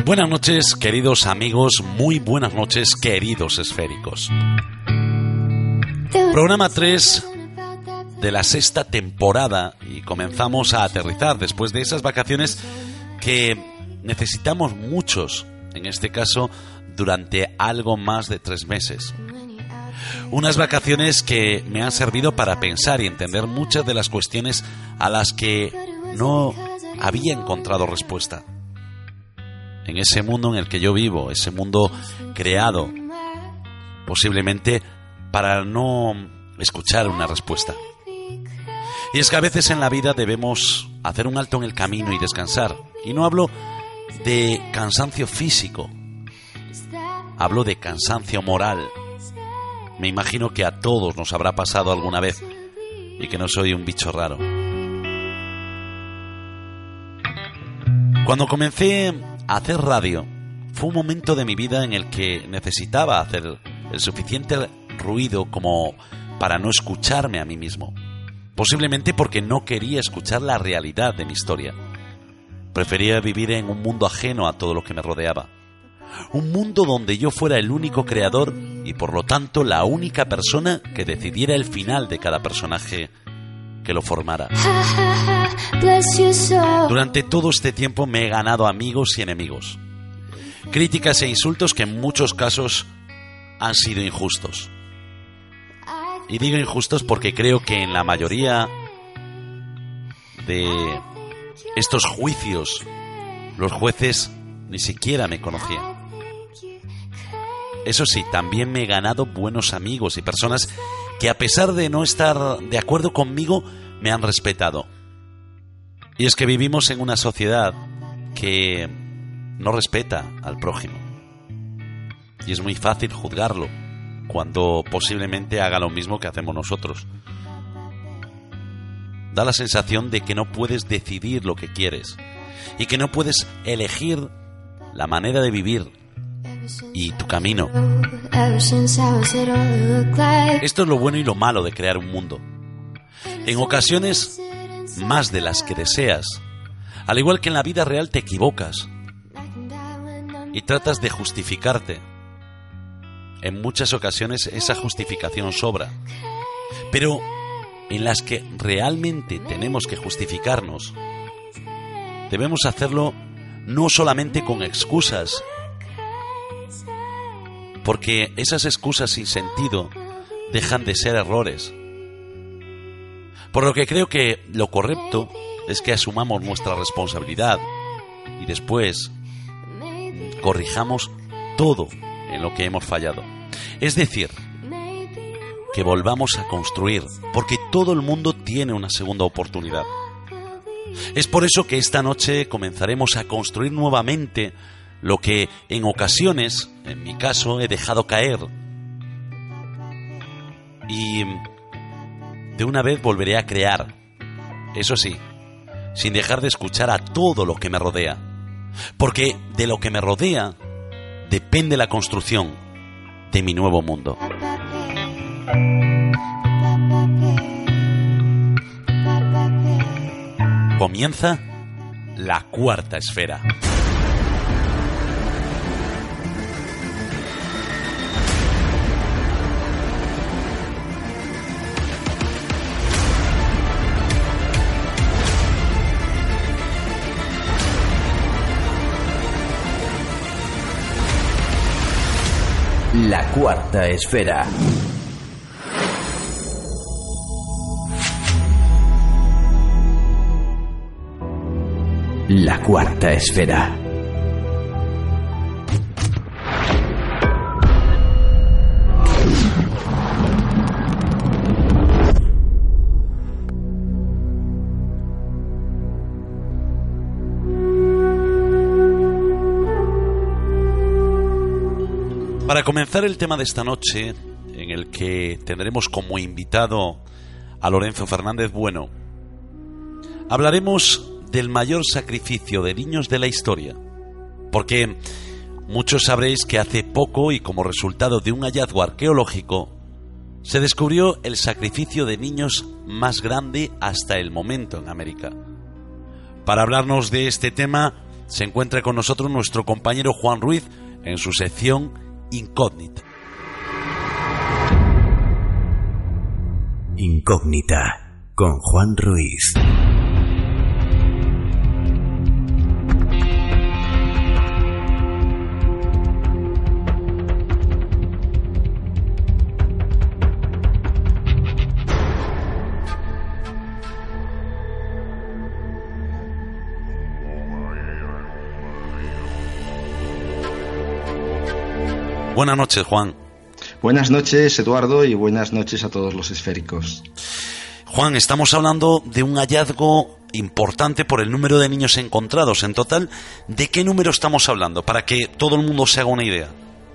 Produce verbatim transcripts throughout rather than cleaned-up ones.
Buenas noches, queridos amigos, muy buenas noches, queridos esféricos. Programa tres de la sexta temporada y comenzamos a aterrizar después de esas vacaciones que necesitamos muchos, en este caso durante algo más de tres meses. Unas vacaciones que me han servido para pensar y entender muchas de las cuestiones a las que no había encontrado respuesta. En ese mundo en el que yo vivo, ese mundo creado posiblemente para no escuchar una respuesta. Y es que a veces en la vida debemos hacer un alto en el camino y descansar. Y no hablo de cansancio físico, hablo de cansancio moral. Me imagino que a todos nos habrá pasado alguna vez y que no soy un bicho raro. Cuando comencé a hacer radio, fue un momento de mi vida en el que necesitaba hacer el suficiente ruido como para no escucharme a mí mismo. Posiblemente porque no quería escuchar la realidad de mi historia. Prefería vivir en un mundo ajeno a todo lo que me rodeaba. Un mundo donde yo fuera el único creador y por lo tanto la única persona que decidiera el final de cada personaje que lo formara. Durante todo este tiempo me he ganado amigos y enemigos, críticas e insultos que en muchos casos han sido injustos. Y digo injustos porque creo que en la mayoría de estos juicios los jueces ni siquiera me conocían. Eso sí, también me he ganado buenos amigos y personas que a pesar de no estar de acuerdo conmigo, me han respetado. Y es que vivimos en una sociedad que no respeta al prójimo. Y es muy fácil juzgarlo cuando posiblemente haga lo mismo que hacemos nosotros. Da la sensación de que no puedes decidir lo que quieres y que no puedes elegir la manera de vivir y tu camino. Esto es lo bueno y lo malo de crear un mundo. En ocasiones, más de las que deseas. Al igual que en la vida real te equivocas y tratas de justificarte. En muchas ocasiones esa justificación sobra. Pero en las que realmente tenemos que justificarnos, debemos hacerlo no solamente con excusas, porque esas excusas sin sentido dejan de ser errores. Por lo que creo que lo correcto es que asumamos nuestra responsabilidad y después corrijamos todo en lo que hemos fallado. Es decir, que volvamos a construir, porque todo el mundo tiene una segunda oportunidad. Es por eso que esta noche comenzaremos a construir nuevamente lo que en ocasiones, en mi caso, he dejado caer. Y de una vez volveré a crear. Eso sí, sin dejar de escuchar a todo lo que me rodea. Porque de lo que me rodea depende la construcción de mi nuevo mundo. Comienza la cuarta esfera. La cuarta esfera. La cuarta esfera. Para comenzar el tema de esta noche, en el que tendremos como invitado a Lorenzo Fernández Bueno, hablaremos del mayor sacrificio de niños de la historia, porque muchos sabréis que hace poco y como resultado de un hallazgo arqueológico se descubrió el sacrificio de niños más grande hasta el momento en América. Para hablarnos de este tema se encuentra con nosotros nuestro compañero Juan Ruiz en su sección Incógnita. Incógnita con Juan Ruiz. Buenas noches, Juan. Buenas noches, Eduardo, y buenas noches a todos los esféricos. Juan, estamos hablando de un hallazgo importante por el número de niños encontrados. En total, ¿de qué número estamos hablando? Para que todo el mundo se haga una idea.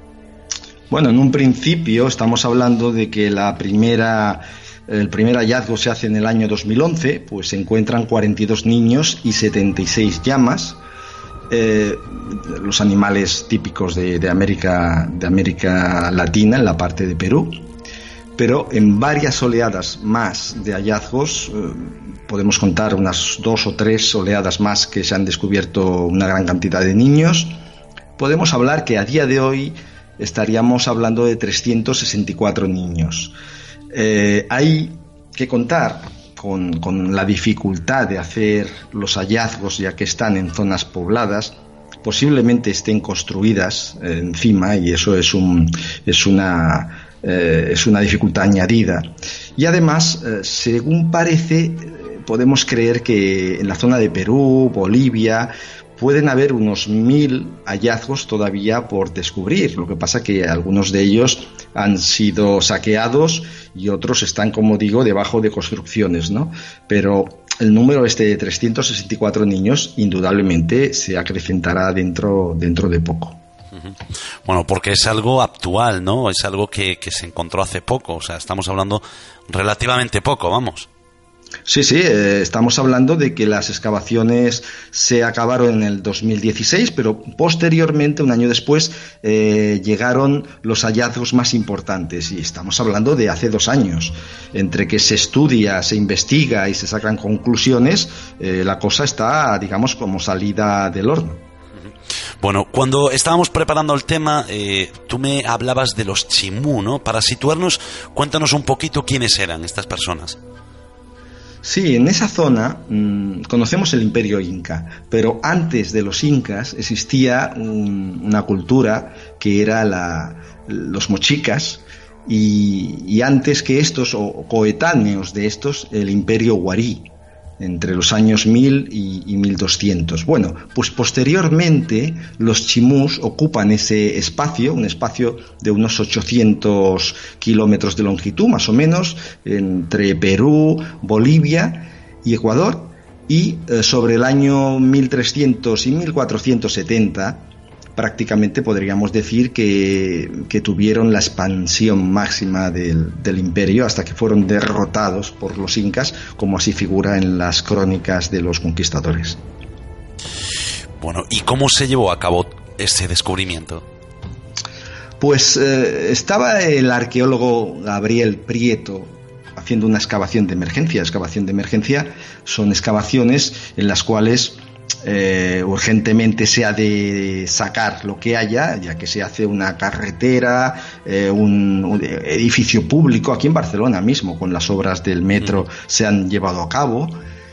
Bueno, en un principio estamos hablando de que la primera, el primer hallazgo se hace en el año dos mil once, pues se encuentran cuarenta y dos niños y setenta y seis llamas. Eh, los animales típicos de, de América de América Latina, en la parte de Perú, pero en varias oleadas más de hallazgos, eh, podemos contar unas dos o tres oleadas más que se han descubierto una gran cantidad de niños. Podemos hablar que a día de hoy estaríamos hablando de trescientos sesenta y cuatro niños. Eh, hay que contar Con, con la dificultad de hacer los hallazgos, ya que están en zonas pobladas, posiblemente estén construidas eh, encima, y eso es un es una eh, es una dificultad añadida. Y además, eh, según parece, eh, podemos creer que en la zona de Perú, Bolivia, pueden haber unos mil hallazgos todavía por descubrir. Lo que pasa que algunos de ellos han sido saqueados y otros están, como digo, debajo de construcciones, ¿no? Pero el número este de trescientos sesenta y cuatro niños indudablemente se acrecentará dentro, dentro de poco. Bueno, porque es algo actual, ¿no? Es algo que, que se encontró hace poco. O sea, estamos hablando relativamente poco, vamos. Sí, sí, eh, estamos hablando de que las excavaciones se acabaron en el dos mil dieciséis, pero posteriormente, un año después, eh, llegaron los hallazgos más importantes, y estamos hablando de hace dos años. Entre que se estudia, se investiga y se sacan conclusiones, eh, la cosa está, digamos, como salida del horno. Bueno, cuando estábamos preparando el tema, eh, tú me hablabas de los chimú, ¿no? Para situarnos, cuéntanos un poquito quiénes eran estas personas. Sí, en esa zona mmm, conocemos el Imperio Inca, pero antes de los incas existía un, una cultura que era la, los mochicas, y, y antes que estos, o coetáneos de estos, el Imperio Huarí, entre los años mil y, y mil doscientos. Bueno, pues posteriormente los chimús ocupan ese espacio, un espacio de unos ochocientos kilómetros de longitud, más o menos, entre Perú, Bolivia y Ecuador, y eh, sobre el año mil trescientos y mil cuatrocientos setenta prácticamente podríamos decir que, que tuvieron la expansión máxima del, del imperio, hasta que fueron derrotados por los incas, como así figura en las crónicas de los conquistadores. Bueno, ¿y cómo se llevó a cabo ese descubrimiento? Pues eh, estaba el arqueólogo Gabriel Prieto haciendo una excavación de emergencia. Excavación de emergencia son excavaciones en las cuales Eh, urgentemente se ha de sacar lo que haya, ya que se hace una carretera, eh, un, un edificio público. Aquí en Barcelona mismo, con las obras del metro, se han llevado a cabo.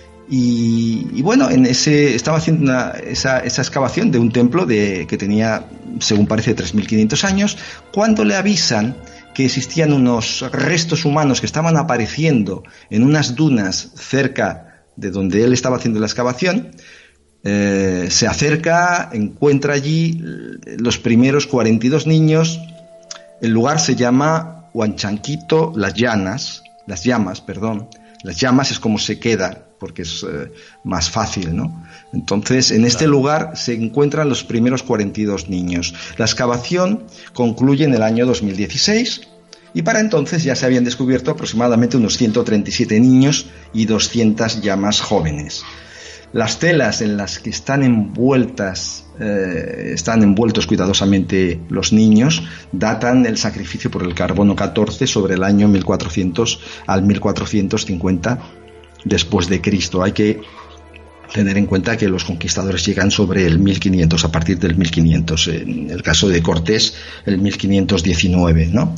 Y, y bueno, en ese estaba haciendo una, esa, esa excavación de un templo de, que tenía, según parece, tres mil quinientos años, cuando le avisan que existían unos restos humanos que estaban apareciendo en unas dunas cerca de donde él estaba haciendo la excavación. Eh, se acerca, encuentra allí los primeros cuarenta y dos niños. El lugar se llama Huanchanquito, las llanas, las llamas, perdón. Las llamas es como se queda, porque es eh, más fácil, ¿no? Entonces, en este lugar se encuentran los primeros cuarenta y dos niños. La excavación concluye en el año dos mil dieciséis, y para entonces ya se habían descubierto aproximadamente unos ciento treinta y siete niños y doscientas llamas jóvenes. Las telas en las que están envueltas, eh, están envueltos cuidadosamente los niños, datan el sacrificio por el carbono catorce sobre el año mil cuatrocientos al mil cuatrocientos cincuenta después de Cristo. Hay que Tener en cuenta que los conquistadores llegan sobre el mil quinientos, a partir del mil quinientos, en el caso de Cortés, el mil quinientos diecinueve, ¿no?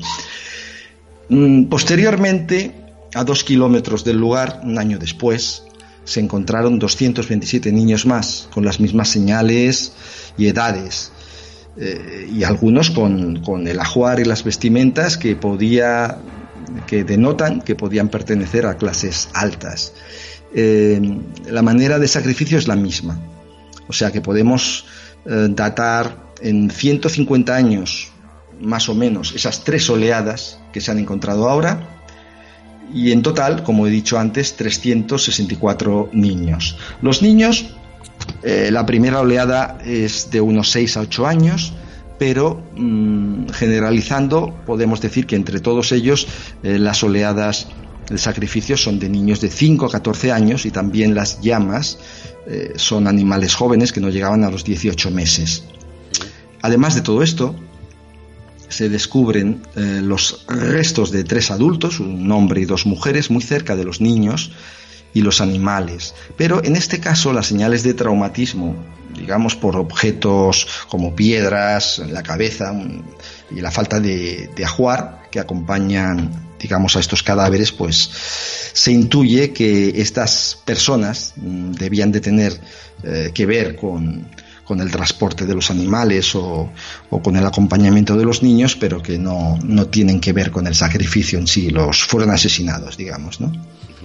Posteriormente, a dos kilómetros del lugar, un año después, se encontraron doscientos veintisiete niños más, con las mismas señales y edades, eh, y algunos con, con el ajuar y las vestimentas que podía, que denotan que podían pertenecer a clases altas. Eh, la manera de sacrificio es la misma, o sea que podemos eh, datar en ciento cincuenta años más o menos esas tres oleadas que se han encontrado ahora, y en total, como he dicho antes, trescientos sesenta y cuatro niños. Los niños, eh, la primera oleada es de unos seis a ocho años, pero mmm, generalizando podemos decir que entre todos ellos eh, las oleadas el sacrificio son de niños de cinco a catorce años, y también las llamas eh, son animales jóvenes que no llegaban a los dieciocho meses. Además de todo esto, se descubren eh, los restos de tres adultos, un hombre y dos mujeres, muy cerca de los niños y los animales. Pero en este caso las señales de traumatismo, digamos por objetos como piedras en la cabeza un, y la falta de, de ajuar que acompañan, digamos, a estos cadáveres, pues se intuye que estas personas mmm, debían de tener eh, que ver con, con el transporte de los animales o, o con el acompañamiento de los niños, pero que no, no tienen que ver con el sacrificio en sí, los fueron asesinados, digamos, ¿no?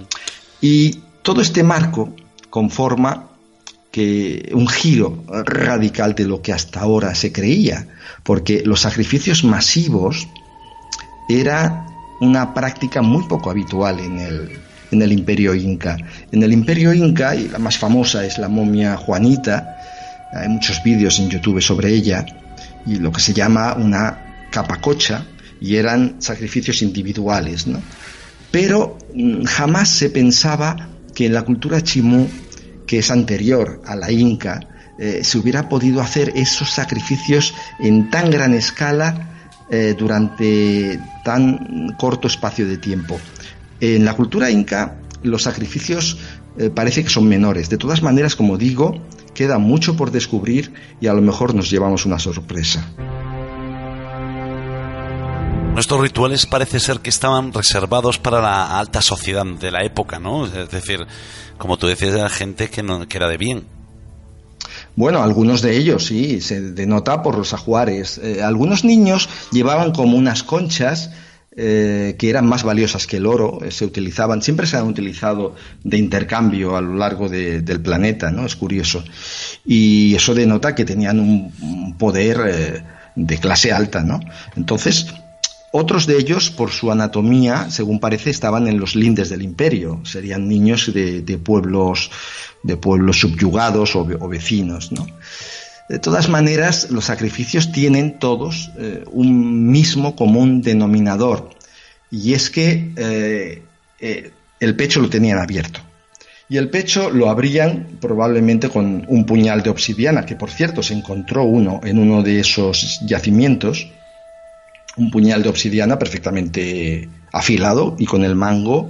Y todo este marco conforma que un giro radical de lo que hasta ahora se creía, porque los sacrificios masivos era una práctica muy poco habitual en el, en el Imperio Inca. En el Imperio Inca, y la más famosa es la momia Juanita, hay muchos vídeos en YouTube sobre ella, y lo que se llama una capacocha, y eran sacrificios individuales, ¿no? Pero mmm, jamás se pensaba que en la cultura chimú, que es anterior a la inca, eh, se hubiera podido hacer esos sacrificios en tan gran escala eh, durante tan corto espacio de tiempo. En la cultura inca los sacrificios eh, parece que son menores. De todas maneras, como digo, queda mucho por descubrir y a lo mejor nos llevamos una sorpresa. Nuestros rituales parece ser que estaban reservados para la alta sociedad de la época, ¿no? Es decir, como tú decías, era gente que, no, que era de bien. Bueno, algunos de ellos sí, se denota por los ajuares. Eh, algunos niños llevaban como unas conchas eh, que eran más valiosas que el oro, eh, se utilizaban, siempre se han utilizado de intercambio a lo largo de, del planeta, ¿no? Es curioso. Y eso denota que tenían un, un poder eh, de clase alta, ¿no? Entonces, otros de ellos, por su anatomía, según parece, estaban en los lindes del imperio. Serían niños de, de pueblos de pueblos subyugados o, o vecinos, ¿no? De todas maneras, los sacrificios tienen todos eh, un mismo común denominador, y es que eh, eh, el pecho lo tenían abierto. Y el pecho lo abrían probablemente con un puñal de obsidiana, que por cierto se encontró uno en uno de esos yacimientos, un puñal de obsidiana perfectamente afilado y con el mango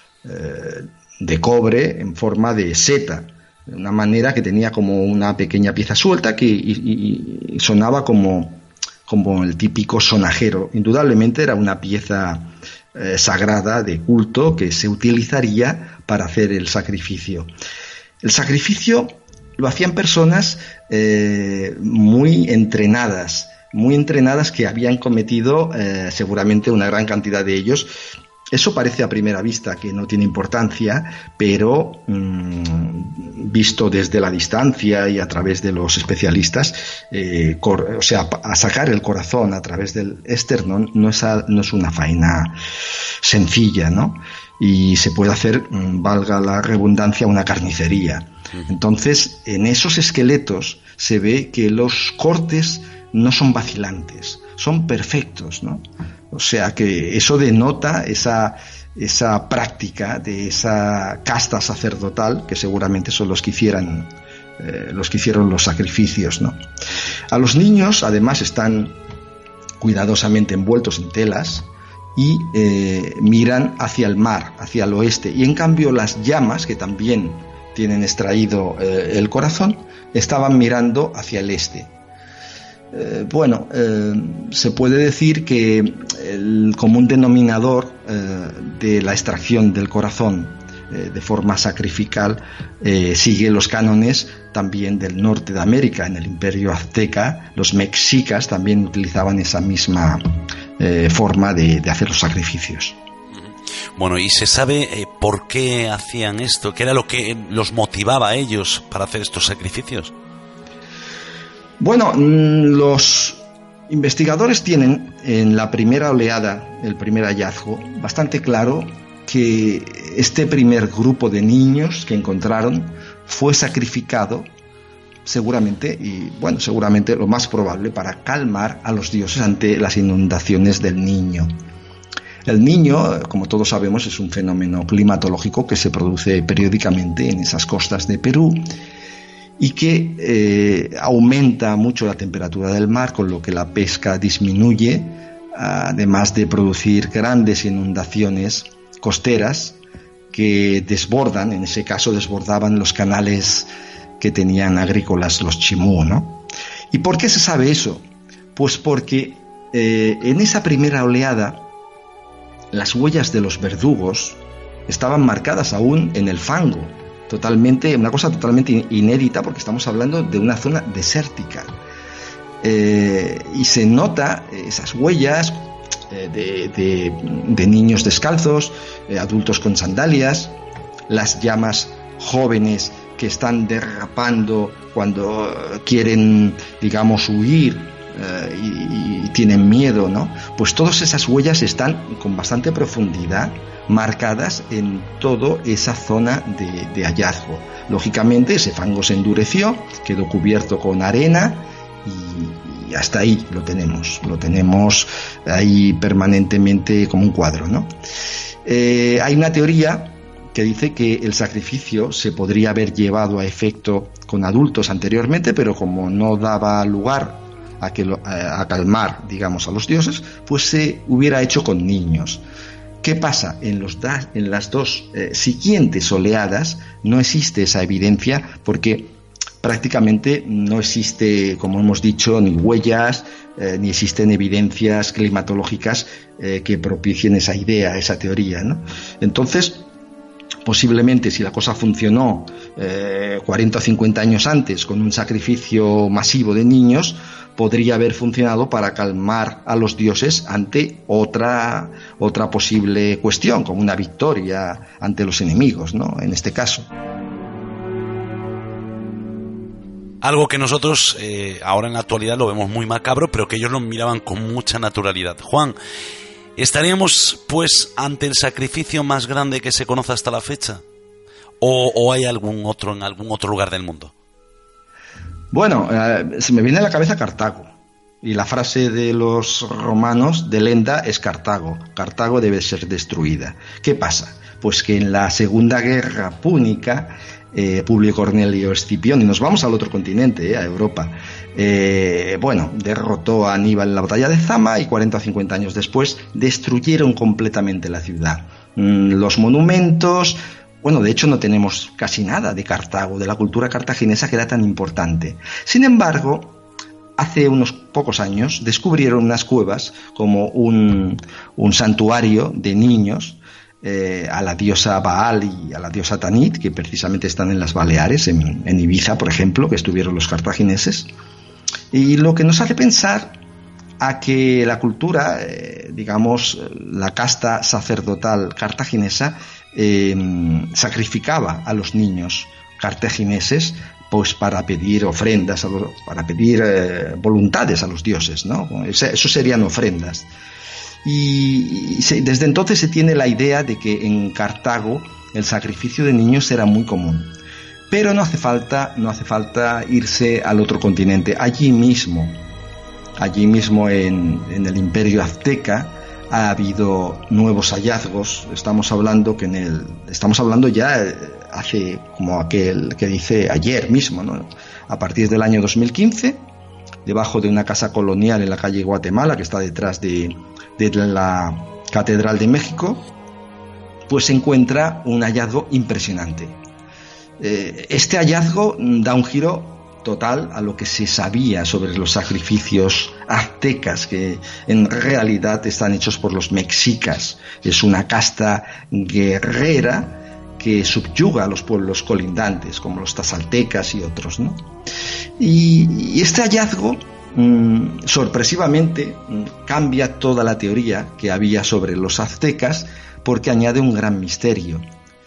eh, de cobre en forma de seta, de una manera que tenía como una pequeña pieza suelta que y, y, y sonaba como, como el típico sonajero. Indudablemente era una pieza eh, sagrada de culto que se utilizaría para hacer el sacrificio. El sacrificio lo hacían personas eh, muy entrenadas, muy entrenadas que habían cometido eh, seguramente una gran cantidad de ellos. Eso parece a primera vista que no tiene importancia, pero mmm, visto desde la distancia y a través de los especialistas, eh, cor- o sea, a sacar el corazón a través del esternón no es, a, no es una faena sencilla, ¿no? Y se puede hacer, mmm, valga la redundancia, una carnicería. Entonces, en esos esqueletos se ve que los cortes no son vacilantes, son perfectos, ¿no? O sea que eso denota esa, esa práctica de esa casta sacerdotal que seguramente son los que hicieran, eh, los que hicieron los sacrificios, ¿no? A los niños además están cuidadosamente envueltos en telas y eh, miran hacia el mar, hacia el oeste, y en cambio las llamas, que también tienen extraído eh, el corazón, estaban mirando hacia el este. Eh, bueno, eh, se puede decir que el común denominador eh, de la extracción del corazón eh, de forma sacrificial eh, sigue los cánones también del norte de América. En el Imperio Azteca, los mexicas también utilizaban esa misma eh, forma de, de hacer los sacrificios. Bueno, ¿y se sabe eh, por qué hacían esto? ¿Qué era lo que los motivaba a ellos para hacer estos sacrificios? Bueno, los investigadores tienen en la primera oleada, el primer hallazgo, bastante claro que este primer grupo de niños que encontraron fue sacrificado seguramente, y bueno, seguramente lo más probable, para calmar a los dioses ante las inundaciones del Niño. El Niño, como todos sabemos, es un fenómeno climatológico que se produce periódicamente en esas costas de Perú y que eh, aumenta mucho la temperatura del mar, con lo que la pesca disminuye, además de producir grandes inundaciones costeras que desbordan, en ese caso desbordaban los canales que tenían agrícolas los Chimú, ¿no? ¿Y por qué se sabe eso? Pues porque eh, en esa primera oleada las huellas de los verdugos estaban marcadas aún en el fango, totalmente, una cosa totalmente inédita, porque estamos hablando de una zona desértica. Eh, y se nota esas huellas eh, de, de, de niños descalzos, eh, adultos con sandalias, las llamas jóvenes que están derrapando cuando quieren, digamos, huir eh, y, y tienen miedo, ¿no? Pues todas esas huellas están con bastante profundidad marcadas en toda esa zona de, de hallazgo. Lógicamente ese fango se endureció, quedó cubierto con arena y, y hasta ahí lo tenemos, lo tenemos ahí permanentemente como un cuadro, ¿no? Eh, hay una teoría que dice que el sacrificio se podría haber llevado a efecto con adultos anteriormente, pero como no daba lugar a, que lo, a, a calmar, digamos, a los dioses, pues se hubiera hecho con niños. ¿Qué pasa? En, los da, en las dos eh, siguientes oleadas no existe esa evidencia, porque prácticamente no existe, como hemos dicho, ni huellas, eh, ni existen evidencias climatológicas eh, que propicien esa idea, esa teoría, ¿no? Entonces, posiblemente si la cosa funcionó eh, cuarenta o cincuenta años antes con un sacrificio masivo de niños, podría haber funcionado para calmar a los dioses ante otra, otra posible cuestión, como una victoria ante los enemigos, ¿no? En este caso. Algo que nosotros eh, ahora en la actualidad lo vemos muy macabro, pero que ellos lo miraban con mucha naturalidad. Juan, ¿estaríamos pues ante el sacrificio más grande que se conoce hasta la fecha? ¿O, o hay algún otro en algún otro lugar del mundo? Bueno, eh, se me viene a la cabeza Cartago. Y la frase de los romanos de Lenda es Cartago. Cartago debe ser destruida. ¿Qué pasa? Pues que en la Segunda Guerra Púnica, eh, Publio Cornelio Escipión, y nos vamos al otro continente, eh, a Europa, eh, bueno, derrotó a Aníbal en la batalla de Zama y cuarenta o cincuenta años después destruyeron completamente la ciudad. Mm, los monumentos... Bueno, de hecho no tenemos casi nada de Cartago, de la cultura cartaginesa que era tan importante. Sin embargo, hace unos pocos años descubrieron unas cuevas como un, un santuario de niños eh, a la diosa Baal y a la diosa Tanit, que precisamente están en las Baleares, en, en Ibiza, por ejemplo, que estuvieron los cartagineses. Y lo que nos hace pensar a que la cultura, eh, digamos, la casta sacerdotal cartaginesa, Eh, sacrificaba a los niños cartagineses pues para pedir ofrendas, a los, para pedir eh, voluntades a los dioses, ¿no? Eso serían ofrendas. Y, y se, desde entonces se tiene la idea de que en Cartago el sacrificio de niños era muy común. Pero no hace falta, no hace falta irse al otro continente. Allí mismo, allí mismo en, en el Imperio Azteca, ha habido nuevos hallazgos. Estamos hablando que en el estamos hablando ya hace como aquel que dice ayer mismo, ¿no? A partir del año dos mil quince, debajo de una casa colonial en la calle Guatemala, que está detrás de, de la Catedral de México, pues se encuentra un hallazgo impresionante. Eh, este hallazgo da un giro total a lo que se sabía sobre los sacrificios aztecas, que en realidad están hechos por los mexicas. Es una casta guerrera que subyuga a los pueblos colindantes, como los tazaltecas y otros, ¿no? Y, y este hallazgo, mmm, sorpresivamente, mmm, cambia toda la teoría que había sobre los aztecas, porque añade un gran misterio.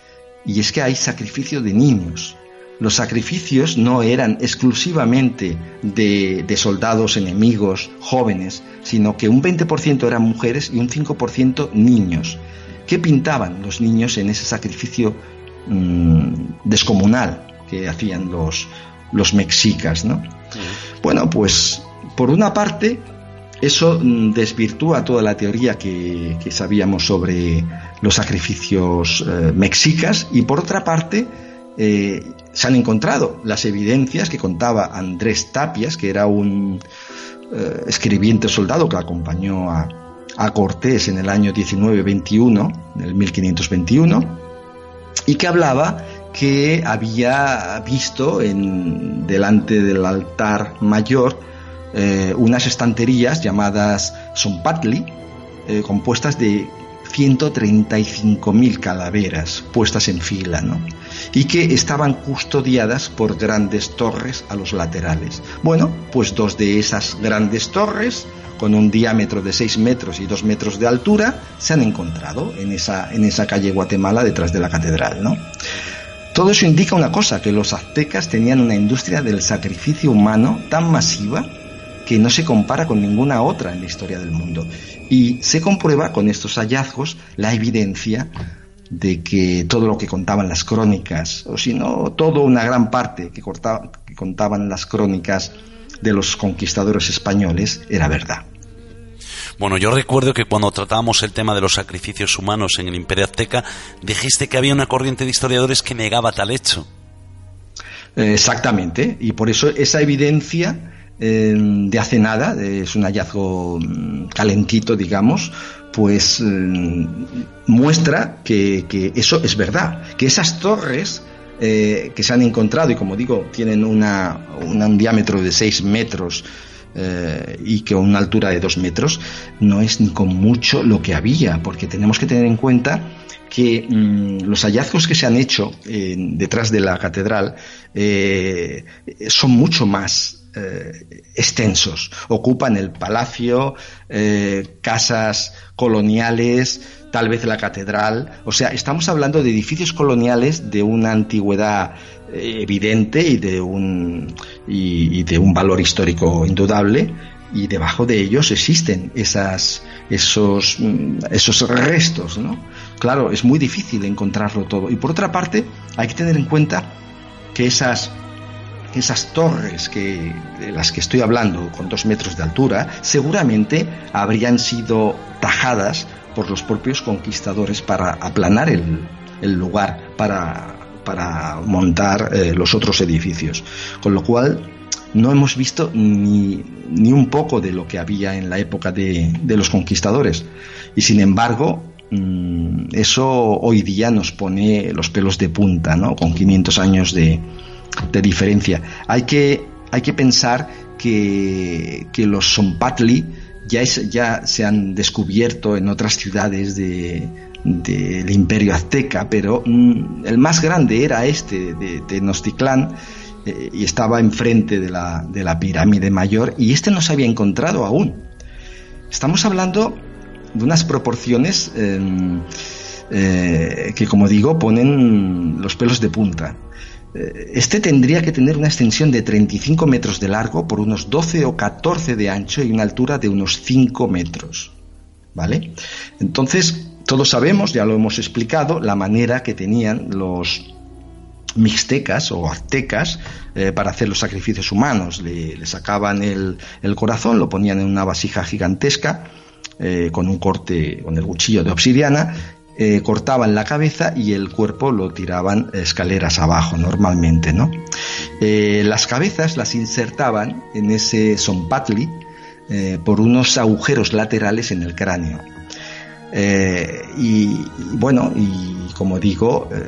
Y es que hay sacrificio de niños. Los sacrificios no eran exclusivamente de, de soldados enemigos jóvenes, sino que un veinte por ciento eran mujeres y un cinco por ciento niños. ¿Qué pintaban los niños en ese sacrificio mmm, descomunal que hacían los, los mexicas, ¿no? Sí. Bueno, pues por una parte eso desvirtúa toda la teoría que, que sabíamos sobre los sacrificios eh, mexicas, y por otra parte eh, se han encontrado las evidencias que contaba Andrés Tapias, que era un eh, escribiente soldado que acompañó a, a Cortés en el año diecinueve veintiuno, en el mil quinientos veintiuno, y que hablaba que había visto en, delante del altar mayor eh, unas estanterías llamadas Zompantli, eh, compuestas de ciento treinta y cinco mil calaveras puestas en fila, ¿no? Y que estaban custodiadas por grandes torres a los laterales. Bueno, pues dos de esas grandes torres, con un diámetro de seis metros y dos metros de altura, se han encontrado en esa, en esa calle Guatemala detrás de la catedral, ¿no? Todo eso indica una cosa, que los aztecas tenían una industria del sacrificio humano tan masiva que no se compara con ninguna otra en la historia del mundo. Y se comprueba con estos hallazgos la evidencia de que todo lo que contaban las crónicas, o si no, toda una gran parte que, cortaba, que contaban las crónicas de los conquistadores españoles, era verdad. Bueno, yo recuerdo que cuando tratábamos el tema de los sacrificios humanos en el Imperio Azteca, dijiste que había una corriente de historiadores que negaba tal hecho. Exactamente, y por eso esa evidencia eh, de hace nada, es un hallazgo calentito, digamos, pues eh, muestra que, que eso es verdad, que esas torres eh, que se han encontrado, y como digo, tienen una, una, un diámetro de seis metros eh, y que una altura de dos metros, no es ni con mucho lo que había, porque tenemos que tener en cuenta que mmm, los hallazgos que se han hecho eh, detrás de la catedral eh, son mucho más Eh, extensos. Ocupan el palacio, eh, casas coloniales, tal vez la catedral. O sea, estamos hablando de edificios coloniales de una antigüedad eh, evidente y de un y, y de un valor histórico indudable, y debajo de ellos existen esas esos esos restos, ¿no? Claro, es muy difícil encontrarlo todo. Y por otra parte, hay que tener en cuenta que esas esas torres que, de las que estoy hablando, con dos metros de altura, seguramente habrían sido tajadas por los propios conquistadores para aplanar el, el lugar, para, para montar eh, los otros edificios. Con lo cual, no hemos visto ni, ni un poco de lo que había en la época de, de los conquistadores. Y sin embargo, mmm, eso hoy día nos pone los pelos de punta, ¿no? Con quinientos años de de diferencia. Hay que, hay que pensar que, que los Zompantli ya, es, ya se han descubierto en otras ciudades de, de, del Imperio Azteca, pero mm, el más grande era este de Tenochtitlán, eh, y estaba enfrente de la, de la pirámide mayor, y este no se había encontrado aún. Estamos hablando de unas proporciones eh, eh, que, como digo, ponen los pelos de punta. Este tendría que tener una extensión de treinta y cinco metros de largo por unos doce o catorce de ancho y una altura de unos cinco metros, ¿vale? Entonces, todos sabemos, ya lo hemos explicado, la manera que tenían los mixtecas o aztecas eh, para hacer los sacrificios humanos. Le, le sacaban el, el corazón, lo ponían en una vasija gigantesca eh, con un corte, con el cuchillo de obsidiana. Eh, cortaban la cabeza y el cuerpo lo tiraban escaleras abajo normalmente, ¿no? Eh, las cabezas las insertaban en ese Zompantli eh, por unos agujeros laterales en el cráneo. Eh, y, y bueno, y como digo, eh,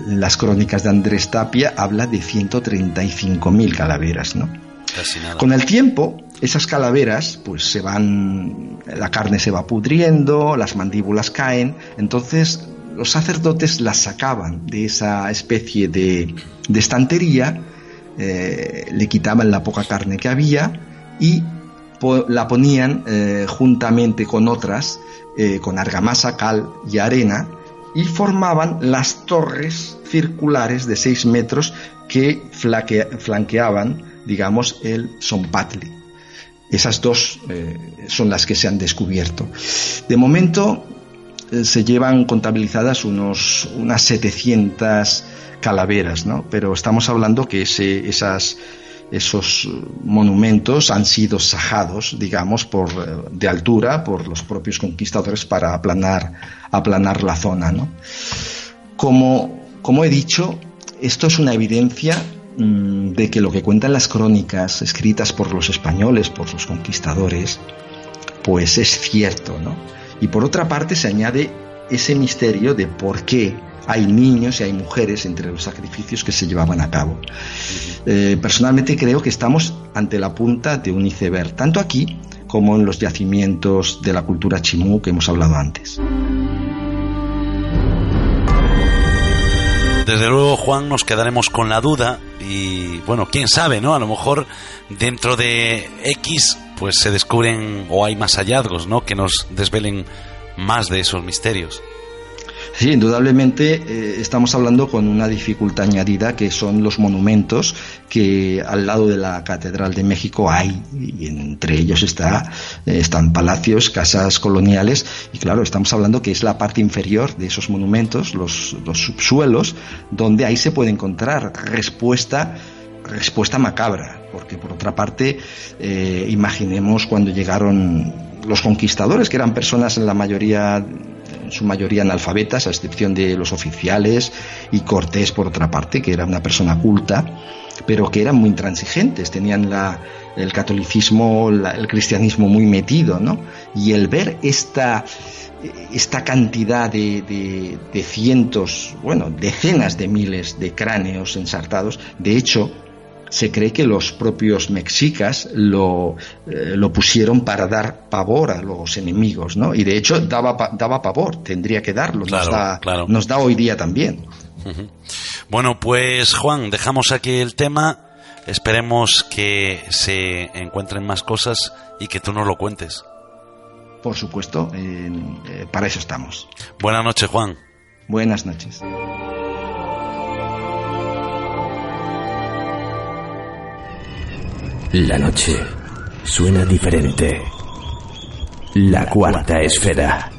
las crónicas de Andrés Tapia habla de ciento treinta y cinco mil calaveras, ¿no? Casi nada. Con el tiempo, esas calaveras, pues se van, la carne se va pudriendo, las mandíbulas caen, entonces los sacerdotes las sacaban de esa especie de, de estantería, eh, le quitaban la poca carne que había y po- la ponían eh, juntamente con otras, eh, con argamasa, cal y arena, y formaban las torres circulares de seis metros que flaque- flanqueaban, digamos, el Zompantli. Esas dos eh, son las que se han descubierto. De momento eh, se llevan contabilizadas unos, unas setecientas calaveras, ¿no? Pero estamos hablando que ese, esas, esos monumentos han sido sajados, digamos, por, de altura por los propios conquistadores para aplanar, aplanar la zona, ¿no? Como, como he dicho, esto es una evidencia de que lo que cuentan las crónicas escritas por los españoles, por los conquistadores, pues es cierto, ¿no? Y por otra parte se añade ese misterio de por qué hay niños y hay mujeres entre los sacrificios que se llevaban a cabo. Eh, personalmente creo que estamos ante la punta de un iceberg, tanto aquí como en los yacimientos de la cultura chimú que hemos hablado antes. Desde luego, Juan, nos quedaremos con la duda y, bueno, quién sabe, ¿no? A lo mejor dentro de X pues se descubren o hay más hallazgos, ¿no? Que nos desvelen más de esos misterios. Sí, indudablemente eh, estamos hablando con una dificultad añadida, que son los monumentos que al lado de la Catedral de México hay, y entre ellos está, eh, están palacios, casas coloniales, y claro, estamos hablando que es la parte inferior de esos monumentos, los, los subsuelos, donde ahí se puede encontrar respuesta respuesta macabra, porque por otra parte eh, imaginemos cuando llegaron los conquistadores, que eran personas en la mayoría, en su mayoría analfabetas, a excepción de los oficiales, y Cortés por otra parte, que era una persona culta, pero que eran muy intransigentes, tenían la, el catolicismo, la, el cristianismo muy metido, ¿no? Y el ver esta esta cantidad de, de, de cientos, bueno, decenas de miles de cráneos ensartados, de hecho se cree que los propios mexicas lo, eh, lo pusieron para dar pavor a los enemigos, ¿no? Y de hecho daba, daba pavor, tendría que darlo, claro, nos, da, claro. nos da hoy día también. Uh-huh. Bueno, pues Juan, dejamos aquí el tema, esperemos que se encuentren más cosas y que tú nos lo cuentes. Por supuesto, eh, eh, para eso estamos. Buenas noches, Juan. Buenas noches. La noche suena diferente. La cuarta esfera.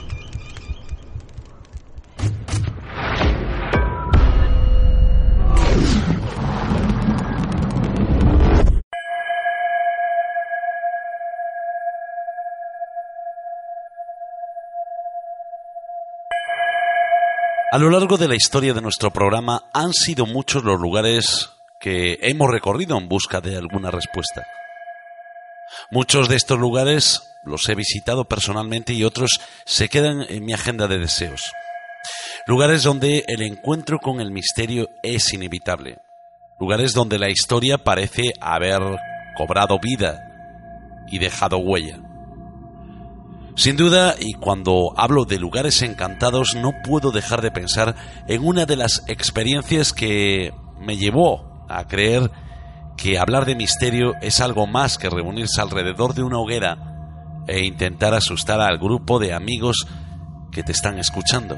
A lo largo de la historia de nuestro programa han sido muchos los lugares que hemos recorrido en busca de alguna respuesta. Muchos de estos lugares los he visitado personalmente y otros se quedan en mi agenda de deseos. Lugares donde el encuentro con el misterio es inevitable. Lugares donde la historia parece haber cobrado vida y dejado huella. Sin duda, y cuando hablo de lugares encantados, no puedo dejar de pensar en una de las experiencias que me llevó a creer que hablar de misterio es algo más que reunirse alrededor de una hoguera e intentar asustar al grupo de amigos que te están escuchando.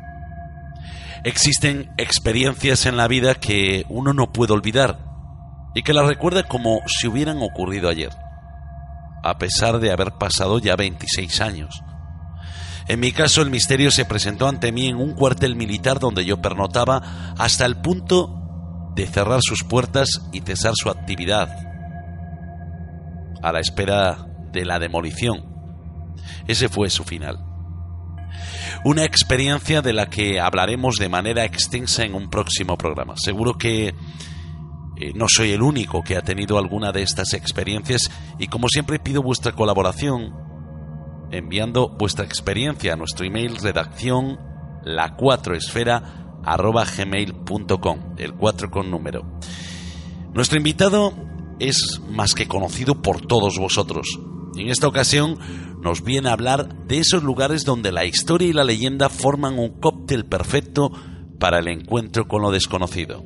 Existen experiencias en la vida que uno no puede olvidar y que las recuerda como si hubieran ocurrido ayer, a pesar de haber pasado ya veintiséis años. En mi caso, el misterio se presentó ante mí en un cuartel militar donde yo pernotaba hasta el punto de cerrar sus puertas y cesar su actividad, a la espera de la demolición. Ese fue su final. Una experiencia de la que hablaremos de manera extensa en un próximo programa. Seguro que eh, no soy el único que ha tenido alguna de estas experiencias y, como siempre, pido vuestra colaboración enviando vuestra experiencia a nuestro email redacción la cuatro esfera arroba gmail punto com, el cuatro con número. Nuestro invitado es más que conocido por todos vosotros. En esta ocasión nos viene a hablar de esos lugares donde la historia y la leyenda forman un cóctel perfecto para el encuentro con lo desconocido.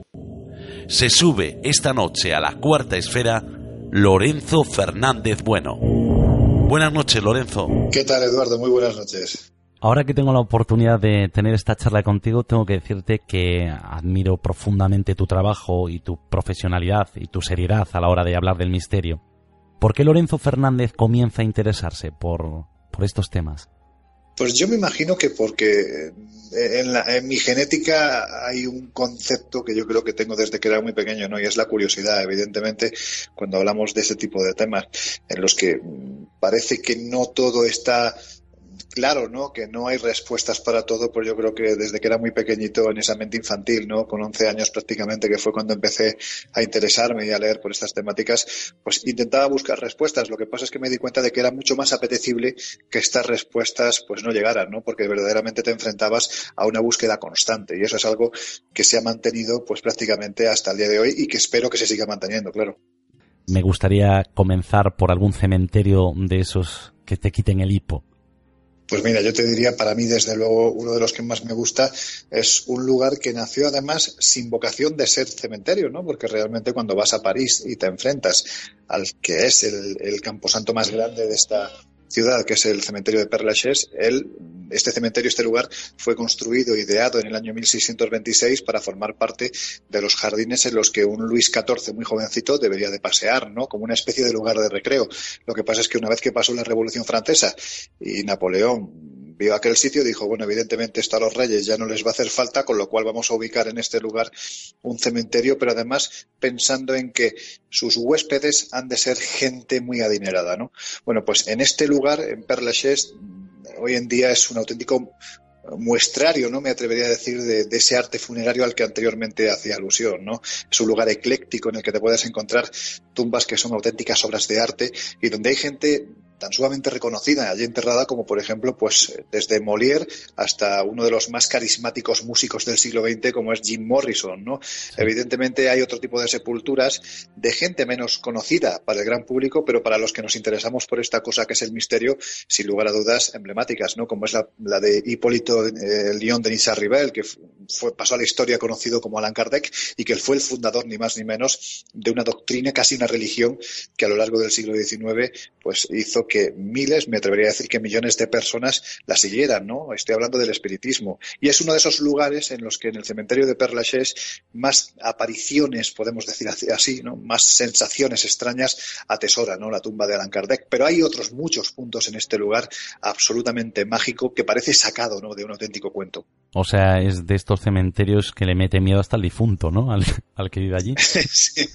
Se sube esta noche a la cuarta esfera Lorenzo Fernández Bueno. Buenas noches, Lorenzo. ¿Qué tal, Eduardo? Muy buenas noches. Ahora que tengo la oportunidad de tener esta charla contigo, tengo que decirte que admiro profundamente tu trabajo y tu profesionalidad y tu seriedad a la hora de hablar del misterio. ¿Por qué Lorenzo Fernández comienza a interesarse por, por estos temas? Pues yo me imagino que porque en, la, en mi genética hay un concepto que yo creo que tengo desde que era muy pequeño, ¿no? Y es la curiosidad, evidentemente, cuando hablamos de ese tipo de temas en los que parece que no todo está claro, ¿no? Que no hay respuestas para todo, pues yo creo que desde que era muy pequeñito en esa mente infantil, ¿no? Con once años prácticamente, que fue cuando empecé a interesarme y a leer por estas temáticas, pues intentaba buscar respuestas. Lo que pasa es que me di cuenta de que era mucho más apetecible que estas respuestas pues no llegaran, ¿no? Porque verdaderamente te enfrentabas a una búsqueda constante, y eso es algo que se ha mantenido pues prácticamente hasta el día de hoy y que espero que se siga manteniendo, claro. Me gustaría comenzar por algún cementerio de esos que te quiten el hipo. Pues mira, yo te diría, para mí, desde luego, uno de los que más me gusta es un lugar que nació además sin vocación de ser cementerio, ¿no? Porque realmente cuando vas a París y te enfrentas al que es el, el camposanto más grande de esta ciudad, que es el cementerio de Père Lachaise, él, este cementerio, este lugar, fue construido, ideado en el año mil seiscientos veintiséis para formar parte de los jardines en los que un Luis catorce muy jovencito debería de pasear, ¿no? Como una especie de lugar de recreo. Lo que pasa es que una vez que pasó la Revolución Francesa y Napoleón vio aquel sitio, dijo, bueno, evidentemente esto a los reyes ya no les va a hacer falta, con lo cual vamos a ubicar en este lugar un cementerio, pero además pensando en que sus huéspedes han de ser gente muy adinerada, ¿no? Bueno, pues en este lugar, en Père Lachaise, hoy en día es un auténtico muestrario, ¿no? Me atrevería a decir, de, de ese arte funerario al que anteriormente hacía alusión, ¿no? Es un lugar ecléctico en el que te puedes encontrar tumbas que son auténticas obras de arte y donde hay gente tan sumamente reconocida allí enterrada como, por ejemplo, pues desde Molière hasta uno de los más carismáticos músicos del siglo veinte como es Jim Morrison, ¿no? Sí. Evidentemente hay otro tipo de sepulturas de gente menos conocida para el gran público, pero para los que nos interesamos por esta cosa que es el misterio, sin lugar a dudas emblemáticas, ¿no? Como es la, la de Hipólito eh, Léon Denis Arribel, que fue, pasó a la historia conocido como Allan Kardec y que él fue el fundador ni más ni menos de una doctrina, casi una religión, que a lo largo del siglo diecinueve pues hizo que miles, me atrevería a decir que millones de personas la siguieran, ¿no? Estoy hablando del espiritismo. Y es uno de esos lugares en los que en el cementerio de Père Lachaise más apariciones, podemos decir así, ¿no? Más sensaciones extrañas atesora, ¿no? La tumba de Allan Kardec. Pero hay otros muchos puntos en este lugar absolutamente mágico que parece sacado, ¿no? De un auténtico cuento. O sea, es de estos cementerios que le mete miedo hasta el difunto, ¿no? Al, al que vive allí. Sí.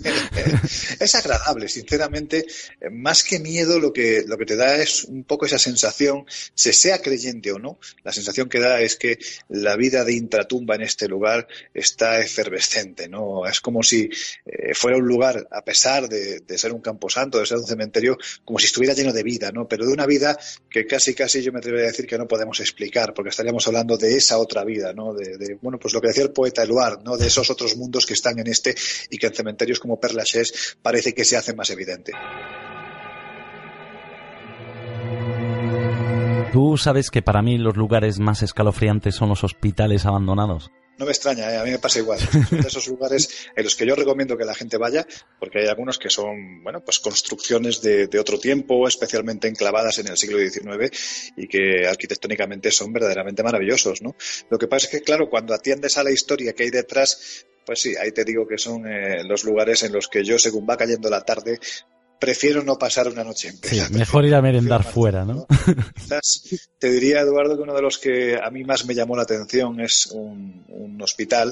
Es agradable, sinceramente. Más que miedo, lo que, lo que te da es un poco esa sensación, se sea creyente o no, la sensación que da es que la vida de intratumba en este lugar está efervescente, ¿no? Es como si eh, fuera un lugar, a pesar de, de ser un camposanto, de ser un cementerio, como si estuviera lleno de vida, ¿no? Pero de una vida que casi, casi yo me atrevería a decir que no podemos explicar, porque estaríamos hablando de esa otra vida, ¿no? De, de bueno, pues lo que decía el poeta Eluard, ¿no? De esos otros mundos que están en este y que en cementerios como Père Lachaise parece que se hacen más evidente. Tú sabes que para mí los lugares más escalofriantes son los hospitales abandonados. No me extraña, ¿eh? A mí me pasa igual. Son de esos lugares en los que yo recomiendo que la gente vaya, porque hay algunos que son, bueno, pues construcciones de, de otro tiempo, especialmente enclavadas en el siglo diecinueve y que arquitectónicamente son verdaderamente maravillosos, ¿no? Lo que pasa es que, claro, cuando atiendes a la historia que hay detrás, pues sí, ahí te digo que son eh, los lugares en los que yo, según va cayendo la tarde, prefiero no pasar una noche en pena. Sí, mejor ir a merendar fuera, ¿no? Quizás te diría, Eduardo, que uno de los que a mí más me llamó la atención es un, un hospital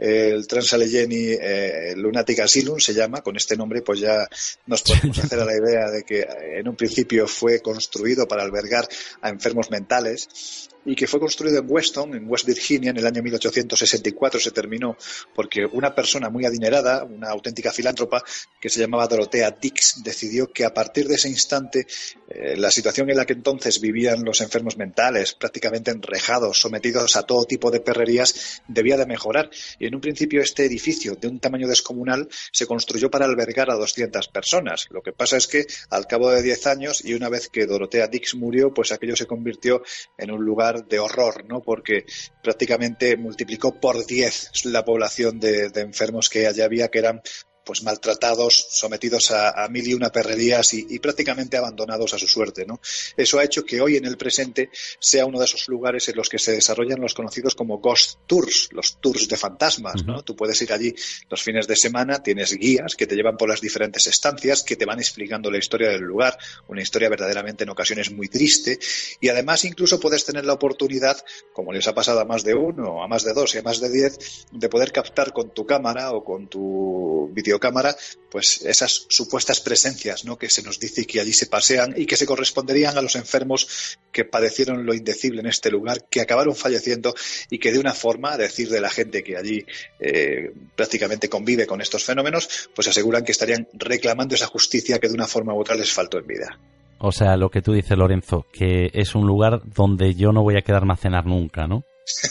el Trans-Allegheny eh, Lunatic Asylum se llama, con este nombre pues ya nos podemos hacer a la idea de que en un principio fue construido para albergar a enfermos mentales, y que fue construido en Weston, en West Virginia, en el año mil ochocientos sesenta y cuatro. Se terminó porque una persona muy adinerada, una auténtica filántropa, que se llamaba Dorothea Dix, decidió que a partir de ese instante eh, la situación en la que entonces vivían los enfermos mentales, prácticamente enrejados, sometidos a todo tipo de perrerías, debía de mejorar. Y en un principio este edificio, de un tamaño descomunal, se construyó para albergar a doscientas personas. Lo que pasa es que al cabo de diez años, y una vez que Dorothea Dix murió, pues aquello se convirtió en un lugar de horror, ¿no? Porque prácticamente multiplicó por diez la población de, de enfermos que allá había, que eran pues maltratados, sometidos a, a mil y una perrerías y, y prácticamente abandonados a su suerte, ¿no? Eso ha hecho que hoy en el presente sea uno de esos lugares en los que se desarrollan los conocidos como Ghost Tours, los tours de fantasmas, ¿no? Uh-huh. Tú puedes ir allí los fines de semana, tienes guías que te llevan por las diferentes estancias, que te van explicando la historia del lugar, una historia verdaderamente en ocasiones muy triste, y además incluso puedes tener la oportunidad, como les ha pasado a más de uno, a más de dos y a más de diez, de poder captar con tu cámara o con tu video cámara, pues esas supuestas presencias, ¿no? Que se nos dice que allí se pasean y que se corresponderían a los enfermos que padecieron lo indecible en este lugar, que acabaron falleciendo y que de una forma, a decir de la gente que allí eh, prácticamente convive con estos fenómenos, pues aseguran que estarían reclamando esa justicia que de una forma u otra les faltó en vida. O sea, lo que tú dices, Lorenzo, que es un lugar donde yo no voy a quedarme a cenar nunca, ¿no?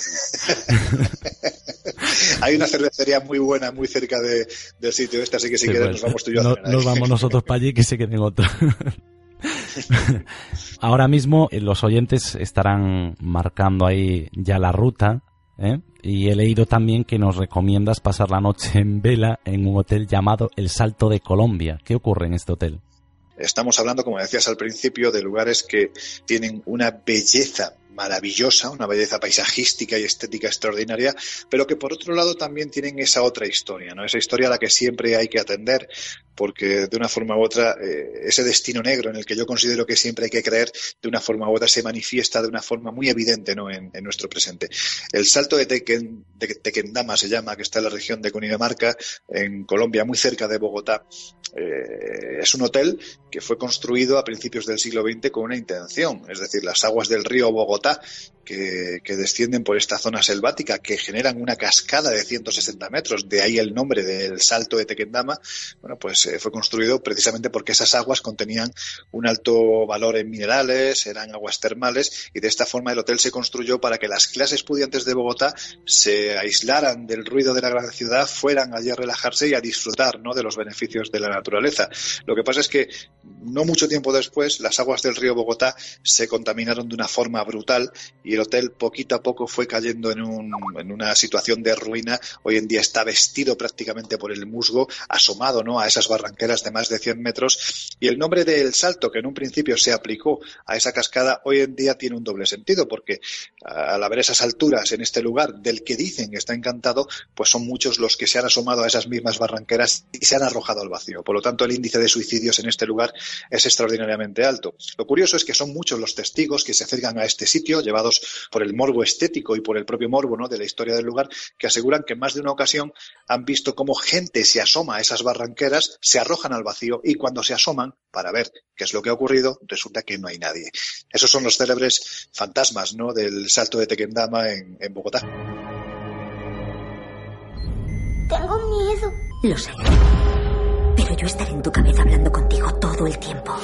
Hay una cervecería muy buena muy cerca de, del sitio este, así que si sí, quieres pues, nos vamos tú y yo no, a cenar. Nos vamos nosotros para allí y que se queden otros. Ahora mismo los oyentes estarán marcando ahí ya la ruta, ¿eh? Y he leído también que nos recomiendas pasar la noche en vela en un hotel llamado El Salto de Colombia. ¿Qué ocurre en este hotel? Estamos hablando, como decías al principio, de lugares que tienen una belleza maravillosa, una belleza paisajística y estética extraordinaria, pero que por otro lado también tienen esa otra historia, ¿no? Esa historia a la que siempre hay que atender, porque de una forma u otra eh, ese destino negro en el que yo considero que siempre hay que creer, de una forma u otra se manifiesta de una forma muy evidente, ¿no? en, en nuestro presente. El Salto de, Tequen, de Tequendama se llama, que está en la región de Cundinamarca, en Colombia, muy cerca de Bogotá. Eh, es un hotel que fue construido a principios del siglo veinte con una intención, es decir, las aguas del río Bogotá que, que descienden por esta zona selvática, que generan una cascada de ciento sesenta metros, de ahí el nombre del Salto de Tequendama. Bueno, pues eh, fue construido precisamente porque esas aguas contenían un alto valor en minerales, eran aguas termales, y de esta forma el hotel se construyó para que las clases pudientes de Bogotá se aislaran del ruido de la gran ciudad, fueran allí a relajarse y a disfrutar, ¿no?, de los beneficios de la naturaleza. Lo que pasa es que no mucho tiempo después las aguas del río Bogotá se contaminaron de una forma brutal y el hotel poquito a poco fue cayendo en, un, en una situación de ruina. Hoy en día está vestido prácticamente por el musgo, asomado, ¿no?, a esas barranqueras de más de cien metros, y el nombre del Salto, que en un principio se aplicó a esa cascada, hoy en día tiene un doble sentido, porque al haber esas alturas en este lugar del que dicen que está encantado, pues son muchos los que se han asomado a esas mismas barranqueras y se han arrojado al vacío. Por lo tanto, el índice de suicidios en este lugar es extraordinariamente alto. Lo curioso es que son muchos los testigos que se acercan a este sitio, llevados por el morbo estético y por el propio morbo, ¿no?, de la historia del lugar, que aseguran que en más de una ocasión han visto cómo gente se asoma a esas barranqueras, se arrojan al vacío, y cuando se asoman para ver qué es lo que ha ocurrido, resulta que no hay nadie. Esos son los célebres fantasmas, ¿no?, del Salto de Tequendama en, en Bogotá. Tengo miedo. Lo sé. Pero yo estaré en tu cabeza hablando contigo todo el tiempo.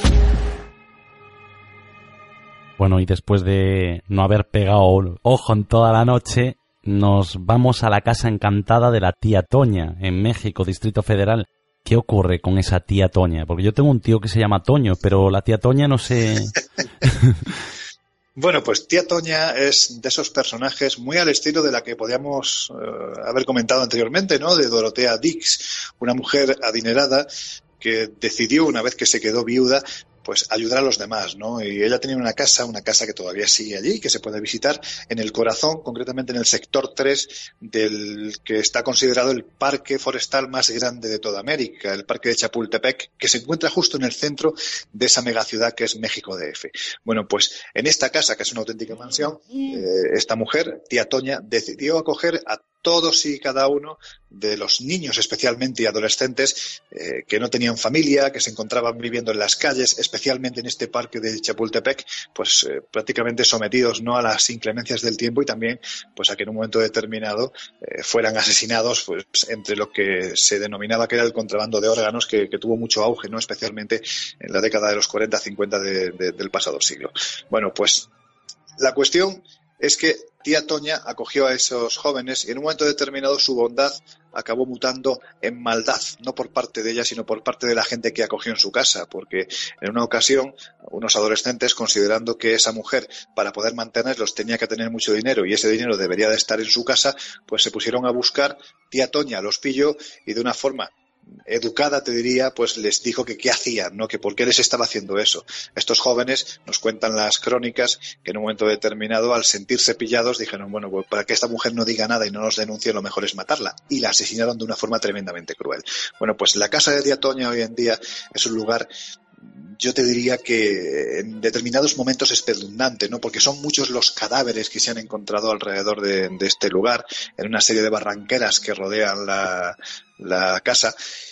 Bueno, y después de no haber pegado ojo en toda la noche, nos vamos a la casa encantada de la tía Toña, en México, Distrito Federal. ¿Qué ocurre con esa tía Toña? Porque yo tengo un tío que se llama Toño, pero la tía Toña no sé... Bueno, pues tía Toña es de esos personajes muy al estilo de la que podíamos uh, haber comentado anteriormente, ¿no?, de Dorothea Dix, una mujer adinerada que decidió, una vez que se quedó viuda, pues ayudar a los demás, ¿no? Y ella tenía una casa, una casa que todavía sigue allí, que se puede visitar en el corazón, concretamente en el sector tres del que está considerado el parque forestal más grande de toda América, el parque de Chapultepec, que se encuentra justo en el centro de esa megaciudad que es México D F. Bueno, pues en esta casa, que es una auténtica mansión, eh, esta mujer, tía Toña, decidió acoger a todos y cada uno de los niños, especialmente y adolescentes, eh, que no tenían familia, que se encontraban viviendo en las calles, especialmente en este parque de Chapultepec, pues eh, prácticamente sometidos, ¿no?, a las inclemencias del tiempo y también pues a que en un momento determinado eh, fueran asesinados, pues entre lo que se denominaba que era el contrabando de órganos, que, que tuvo mucho auge, ¿no?, especialmente en la década de los cuarenta cincuenta de, de, del pasado siglo. Bueno, pues la cuestión es que tía Toña acogió a esos jóvenes y en un momento determinado su bondad acabó mutando en maldad, no por parte de ella, sino por parte de la gente que acogió en su casa, porque en una ocasión unos adolescentes, considerando que esa mujer, para poder mantenerlos, tenía que tener mucho dinero y ese dinero debería de estar en su casa, pues se pusieron a buscar, tía Toña los pilló y de una forma educada, te diría, pues les dijo que qué hacían, ¿no?, que por qué les estaba haciendo eso. Estos jóvenes, nos cuentan las crónicas, que en un momento determinado, al sentirse pillados, dijeron, bueno, pues para que esta mujer no diga nada y no nos denuncie, lo mejor es matarla. Y la asesinaron de una forma tremendamente cruel. Bueno, pues la casa de tía Toña hoy en día es un lugar, yo te diría que en determinados momentos espeluznante, ¿no?, porque son muchos los cadáveres que se han encontrado alrededor de, de este lugar, en una serie de barranqueras que rodean la, la casa.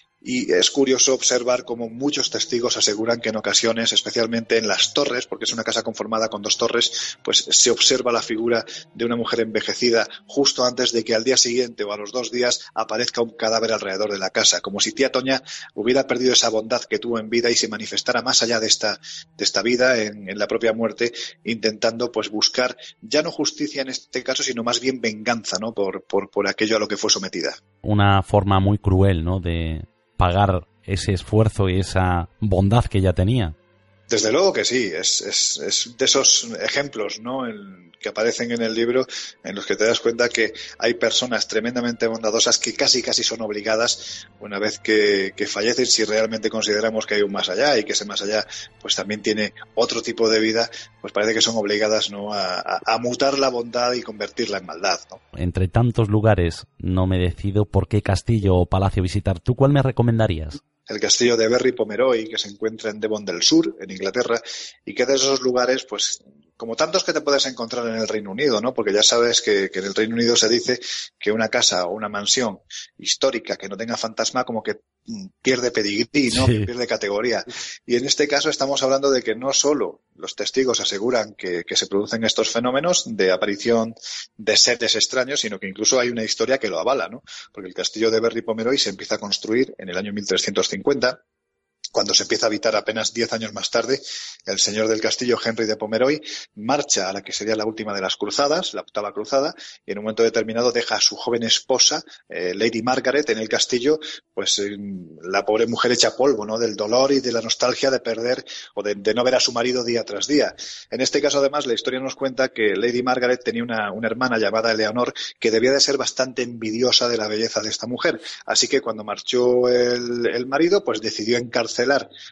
Y es curioso observar cómo muchos testigos aseguran que en ocasiones, especialmente en las torres, porque es una casa conformada con dos torres, pues se observa la figura de una mujer envejecida justo antes de que al día siguiente o a los dos días aparezca un cadáver alrededor de la casa, como si tía Toña hubiera perdido esa bondad que tuvo en vida y se manifestara más allá de esta, de esta vida, en, en la propia muerte, intentando pues buscar ya no justicia en este caso, sino más bien venganza, ¿no?, por, por, por aquello a lo que fue sometida. Una forma muy cruel, ¿no?, de pagar ese esfuerzo y esa bondad que ella tenía. Desde luego que sí, es, es, es de esos ejemplos, ¿no?, el, que aparecen en el libro, en los que te das cuenta que hay personas tremendamente bondadosas que casi casi son obligadas, una vez que, que fallecen, si realmente consideramos que hay un más allá y que ese más allá pues también tiene otro tipo de vida, pues parece que son obligadas, ¿no?, a, a, a mutar la bondad y convertirla en maldad, ¿no? Entre tantos lugares no me decido por qué castillo o palacio visitar. ¿Tú cuál me recomendarías? El castillo de Berry Pomeroy, que se encuentra en Devon del Sur, en Inglaterra, y que de esos lugares, pues, como tantos que te puedes encontrar en el Reino Unido, ¿no? Porque ya sabes que, que en el Reino Unido se dice que una casa o una mansión histórica que no tenga fantasma como que pierde pedigrí, ¿no? Sí. Que pierde categoría. Y en este caso estamos hablando de que no solo los testigos aseguran que, que se producen estos fenómenos de aparición de seres extraños, sino que incluso hay una historia que lo avala, ¿no? Porque el castillo de Berry Pomeroy se empieza a construir en el año mil trescientos cincuenta, cuando se empieza a habitar apenas diez años más tarde. El señor del castillo, Henry de Pomeroy, marcha a la que sería la última de las cruzadas, la octava cruzada, y en un momento determinado deja a su joven esposa, eh, Lady Margaret, en el castillo, pues eh, la pobre mujer hecha polvo, ¿no?, del dolor y de la nostalgia de perder o de, de no ver a su marido día tras día. En este caso, además, la historia nos cuenta que Lady Margaret tenía una, una hermana llamada Eleanor que debía de ser bastante envidiosa de la belleza de esta mujer. Así que cuando marchó el, el marido, pues decidió encarcelar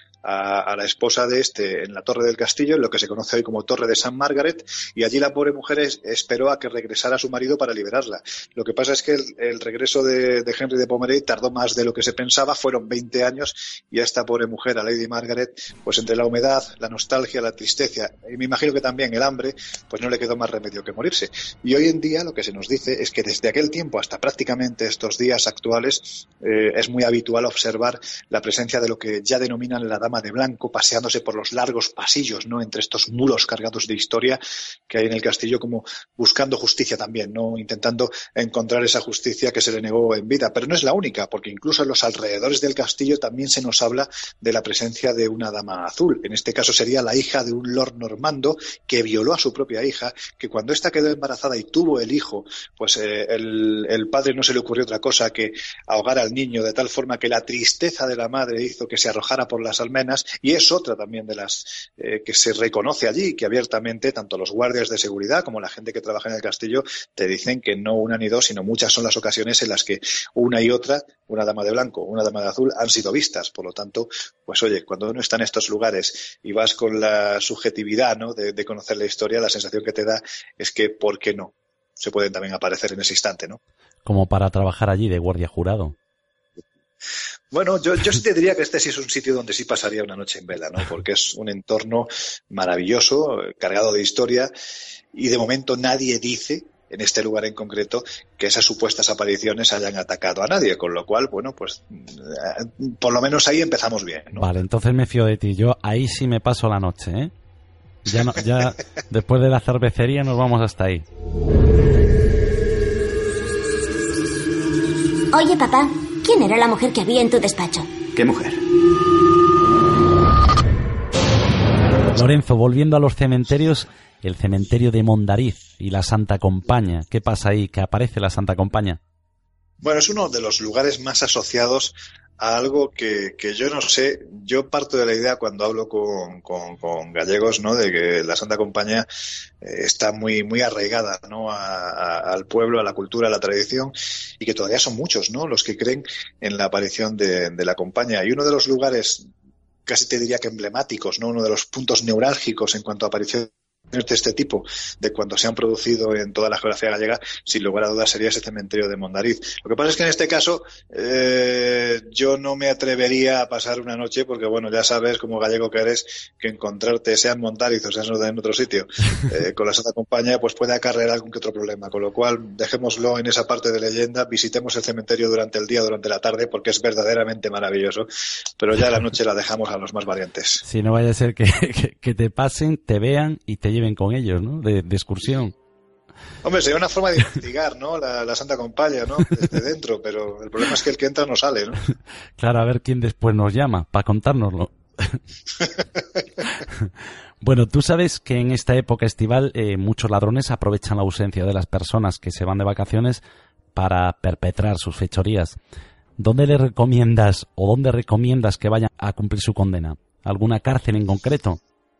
A, a la esposa de este en la torre del castillo, en lo que se conoce hoy como Torre de San Margaret, y allí la pobre mujer es, esperó a que regresara su marido para liberarla. Lo que pasa es que el, el regreso de, de Henry de Pomeroy tardó más de lo que se pensaba, fueron veinte años, y a esta pobre mujer, a Lady Margaret, pues entre la humedad, la nostalgia, la tristeza, y me imagino que también el hambre, pues no le quedó más remedio que morirse. Y hoy en día lo que se nos dice es que desde aquel tiempo hasta prácticamente estos días actuales eh, es muy habitual observar la presencia de lo que ya denominan la dama de blanco, paseándose por los largos pasillos, ¿no?, entre estos muros cargados de historia que hay en el castillo, como buscando justicia también, ¿no?, intentando encontrar esa justicia que se le negó en vida. Pero no es la única, porque incluso en los alrededores del castillo también se nos habla de la presencia de una dama azul. En este caso sería la hija de un lord normando que violó a su propia hija, que cuando ésta quedó embarazada y tuvo el hijo, pues eh, el, el padre no se le ocurrió otra cosa que ahogar al niño, de tal forma que la tristeza de la madre hizo que se arrojara por las almenas, y es otra también de las eh, que se reconoce allí, que abiertamente tanto los guardias de seguridad como la gente que trabaja en el castillo te dicen que no una ni dos, sino muchas son las ocasiones en las que una y otra, una dama de blanco, una dama de azul, han sido vistas. Por lo tanto, pues oye, cuando uno está en estos lugares y vas con la subjetividad, ¿no?, de, de conocer la historia, la sensación que te da es que, ¿por qué no?, se pueden también aparecer en ese instante, ¿no? Como para trabajar allí de guardia jurado. Bueno, yo, yo sí te diría que este sí es un sitio donde sí pasaría una noche en vela, ¿no? Porque es un entorno maravilloso, cargado de historia, y de momento nadie dice en este lugar en concreto, que esas supuestas apariciones hayan atacado a nadie, con lo cual, bueno, pues por lo menos ahí empezamos bien, ¿no? Vale, entonces me fío de ti. Yo ahí sí me paso la noche, ¿eh? Ya, no, ya después de la cervecería nos vamos hasta ahí. Oye, papá, ¿quién era la mujer que había en tu despacho? ¿Qué mujer? Lorenzo, volviendo a los cementerios, el cementerio de Mondariz y la Santa Compaña. ¿Qué pasa ahí? ¿Que aparece la Santa Compaña? Bueno, es uno de los lugares más asociados a algo que, que yo no sé. Yo parto de la idea cuando hablo con, con, con gallegos, ¿no?, de que la Santa Compaña eh, está muy muy arraigada, ¿no?, a, a, al pueblo, a la cultura, a la tradición, y que todavía son muchos, ¿no?, los que creen en la aparición de, de la Compaña. Y uno de los lugares, casi te diría que emblemáticos, ¿no?, uno de los puntos neurálgicos en cuanto a aparición de este tipo, de cuando se han producido en toda la geografía gallega, sin lugar a dudas sería ese cementerio de Mondariz. Lo que pasa es que en este caso eh, yo no me atrevería a pasar una noche, porque bueno, ya sabes, como gallego que eres, que encontrarte, sea en Mondariz o sea en otro sitio, eh, con la Santa Compañía, pues puede acarrear algún que otro problema, con lo cual dejémoslo en esa parte de leyenda, visitemos el cementerio durante el día, durante la tarde, porque es verdaderamente maravilloso, pero ya la noche la dejamos a los más valientes. Si no vaya a ser que, que, que te pasen, te vean y te lleven con ellos, ¿no?, de, de excursión. Hombre, sería una forma de investigar, ¿no?, la, la Santa Compaña, ¿no?, desde dentro, pero el problema es que el que entra no sale, ¿no? Claro, a ver quién después nos llama para contárnoslo. Bueno, tú sabes que en esta época estival eh, muchos ladrones aprovechan la ausencia de las personas que se van de vacaciones para perpetrar sus fechorías. ¿Dónde le recomiendas o dónde recomiendas que vayan a cumplir su condena? ¿Alguna cárcel en concreto?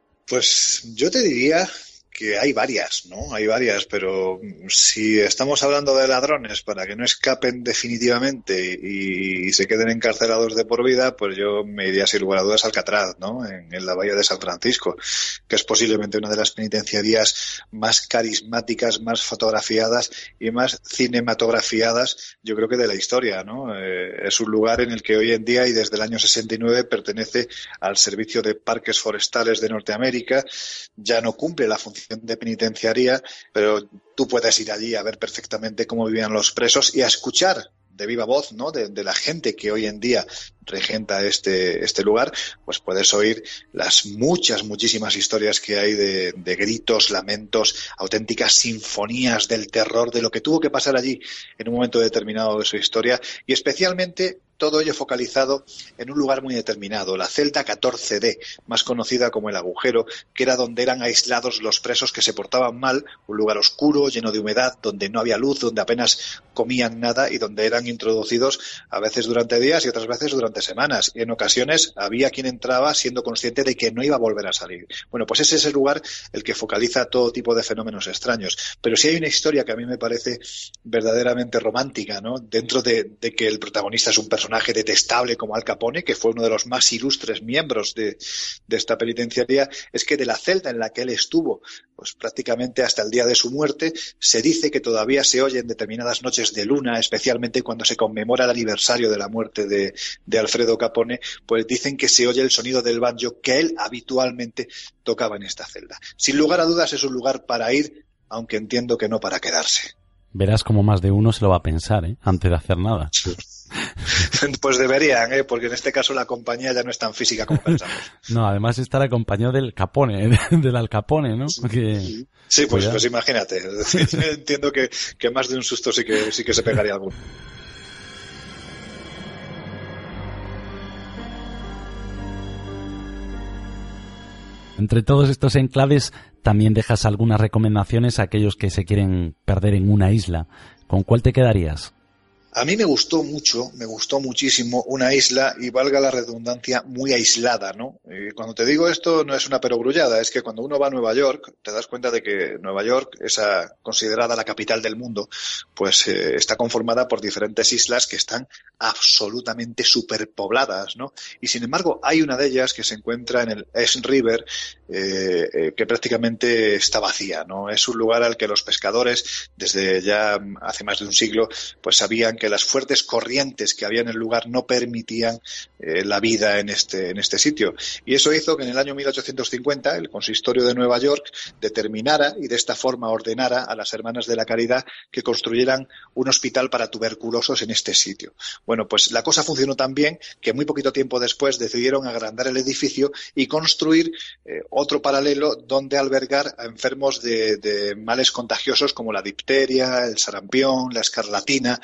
Pues yo te diría que hay varias, ¿no? Hay varias, pero si estamos hablando de ladrones para que no escapen definitivamente y, y se queden encarcelados de por vida, pues yo me iría sin lugar a dudas a Alcatraz, ¿no?, en, en la bahía de San Francisco, que es posiblemente una de las penitenciarías más carismáticas, más fotografiadas y más cinematografiadas, yo creo que de la historia, ¿no? Eh, es un lugar en el que hoy en día y desde el año sesenta y nueve pertenece al Servicio de Parques Forestales de Norteamérica. Ya no cumple la función de penitenciaría, pero tú puedes ir allí a ver perfectamente cómo vivían los presos y a escuchar de viva voz, ¿no?, de, de la gente que hoy en día regenta este este lugar, pues puedes oír las muchas, muchísimas historias que hay de, de gritos, lamentos, auténticas sinfonías del terror, de lo que tuvo que pasar allí en un momento determinado de su historia, y especialmente todo ello focalizado en un lugar muy determinado, la celda catorce D, más conocida como el agujero, que era donde eran aislados los presos que se portaban mal, un lugar oscuro, lleno de humedad, donde no había luz, donde apenas comían nada y donde eran introducidos a veces durante días y otras veces durante semanas. Y en ocasiones había quien entraba siendo consciente de que no iba a volver a salir. Bueno, pues ese es el lugar el que focaliza todo tipo de fenómenos extraños. Pero sí hay una historia que a mí me parece verdaderamente romántica, ¿no?, dentro de, de que el protagonista es un personaje personaje detestable como Al Capone, que fue uno de los más ilustres miembros de, de esta penitenciaría, es que de la celda en la que él estuvo, pues prácticamente hasta el día de su muerte, se dice que todavía se oye en determinadas noches de luna, especialmente cuando se conmemora el aniversario de la muerte de, de Alfredo Capone, pues dicen que se oye el sonido del banjo que él habitualmente tocaba en esta celda. Sin lugar a dudas es un lugar para ir, aunque entiendo que no para quedarse. Verás como más de uno se lo va a pensar, ¿eh?, antes de hacer nada. Pues deberían, ¿eh?, porque en este caso la compañía ya no es tan física como pensamos. No, además estar acompañado del Capone, del Al Capone, ¿no? Porque... Sí, pues, pues imagínate. Entiendo que, que más de un susto sí que, sí que se pegaría alguno. Entre todos estos enclaves también dejas algunas recomendaciones a aquellos que se quieren perder en una isla. ¿Con cuál te quedarías? A mí me gustó mucho, me gustó muchísimo una isla, y valga la redundancia, muy aislada, ¿no? Y cuando te digo esto no es una perogrullada, es que cuando uno va a Nueva York te das cuenta de que Nueva York, esa considerada la capital del mundo, pues eh, está conformada por diferentes islas que están absolutamente superpobladas, ¿no? Y sin embargo hay una de ellas que se encuentra en el East River, eh, eh, que prácticamente está vacía, ¿no? Es un lugar al que los pescadores desde ya hace más de un siglo pues sabían que que las fuertes corrientes que había en el lugar no permitían eh, la vida en este en este sitio. Y eso hizo que en el año mil ochocientos cincuenta el consistorio de Nueva York determinara y de esta forma ordenara a las Hermanas de la Caridad que construyeran un hospital para tuberculosos en este sitio. Bueno, pues la cosa funcionó tan bien que muy poquito tiempo después decidieron agrandar el edificio y construir eh, otro paralelo donde albergar a enfermos de, de males contagiosos como la difteria, el sarampión, la escarlatina.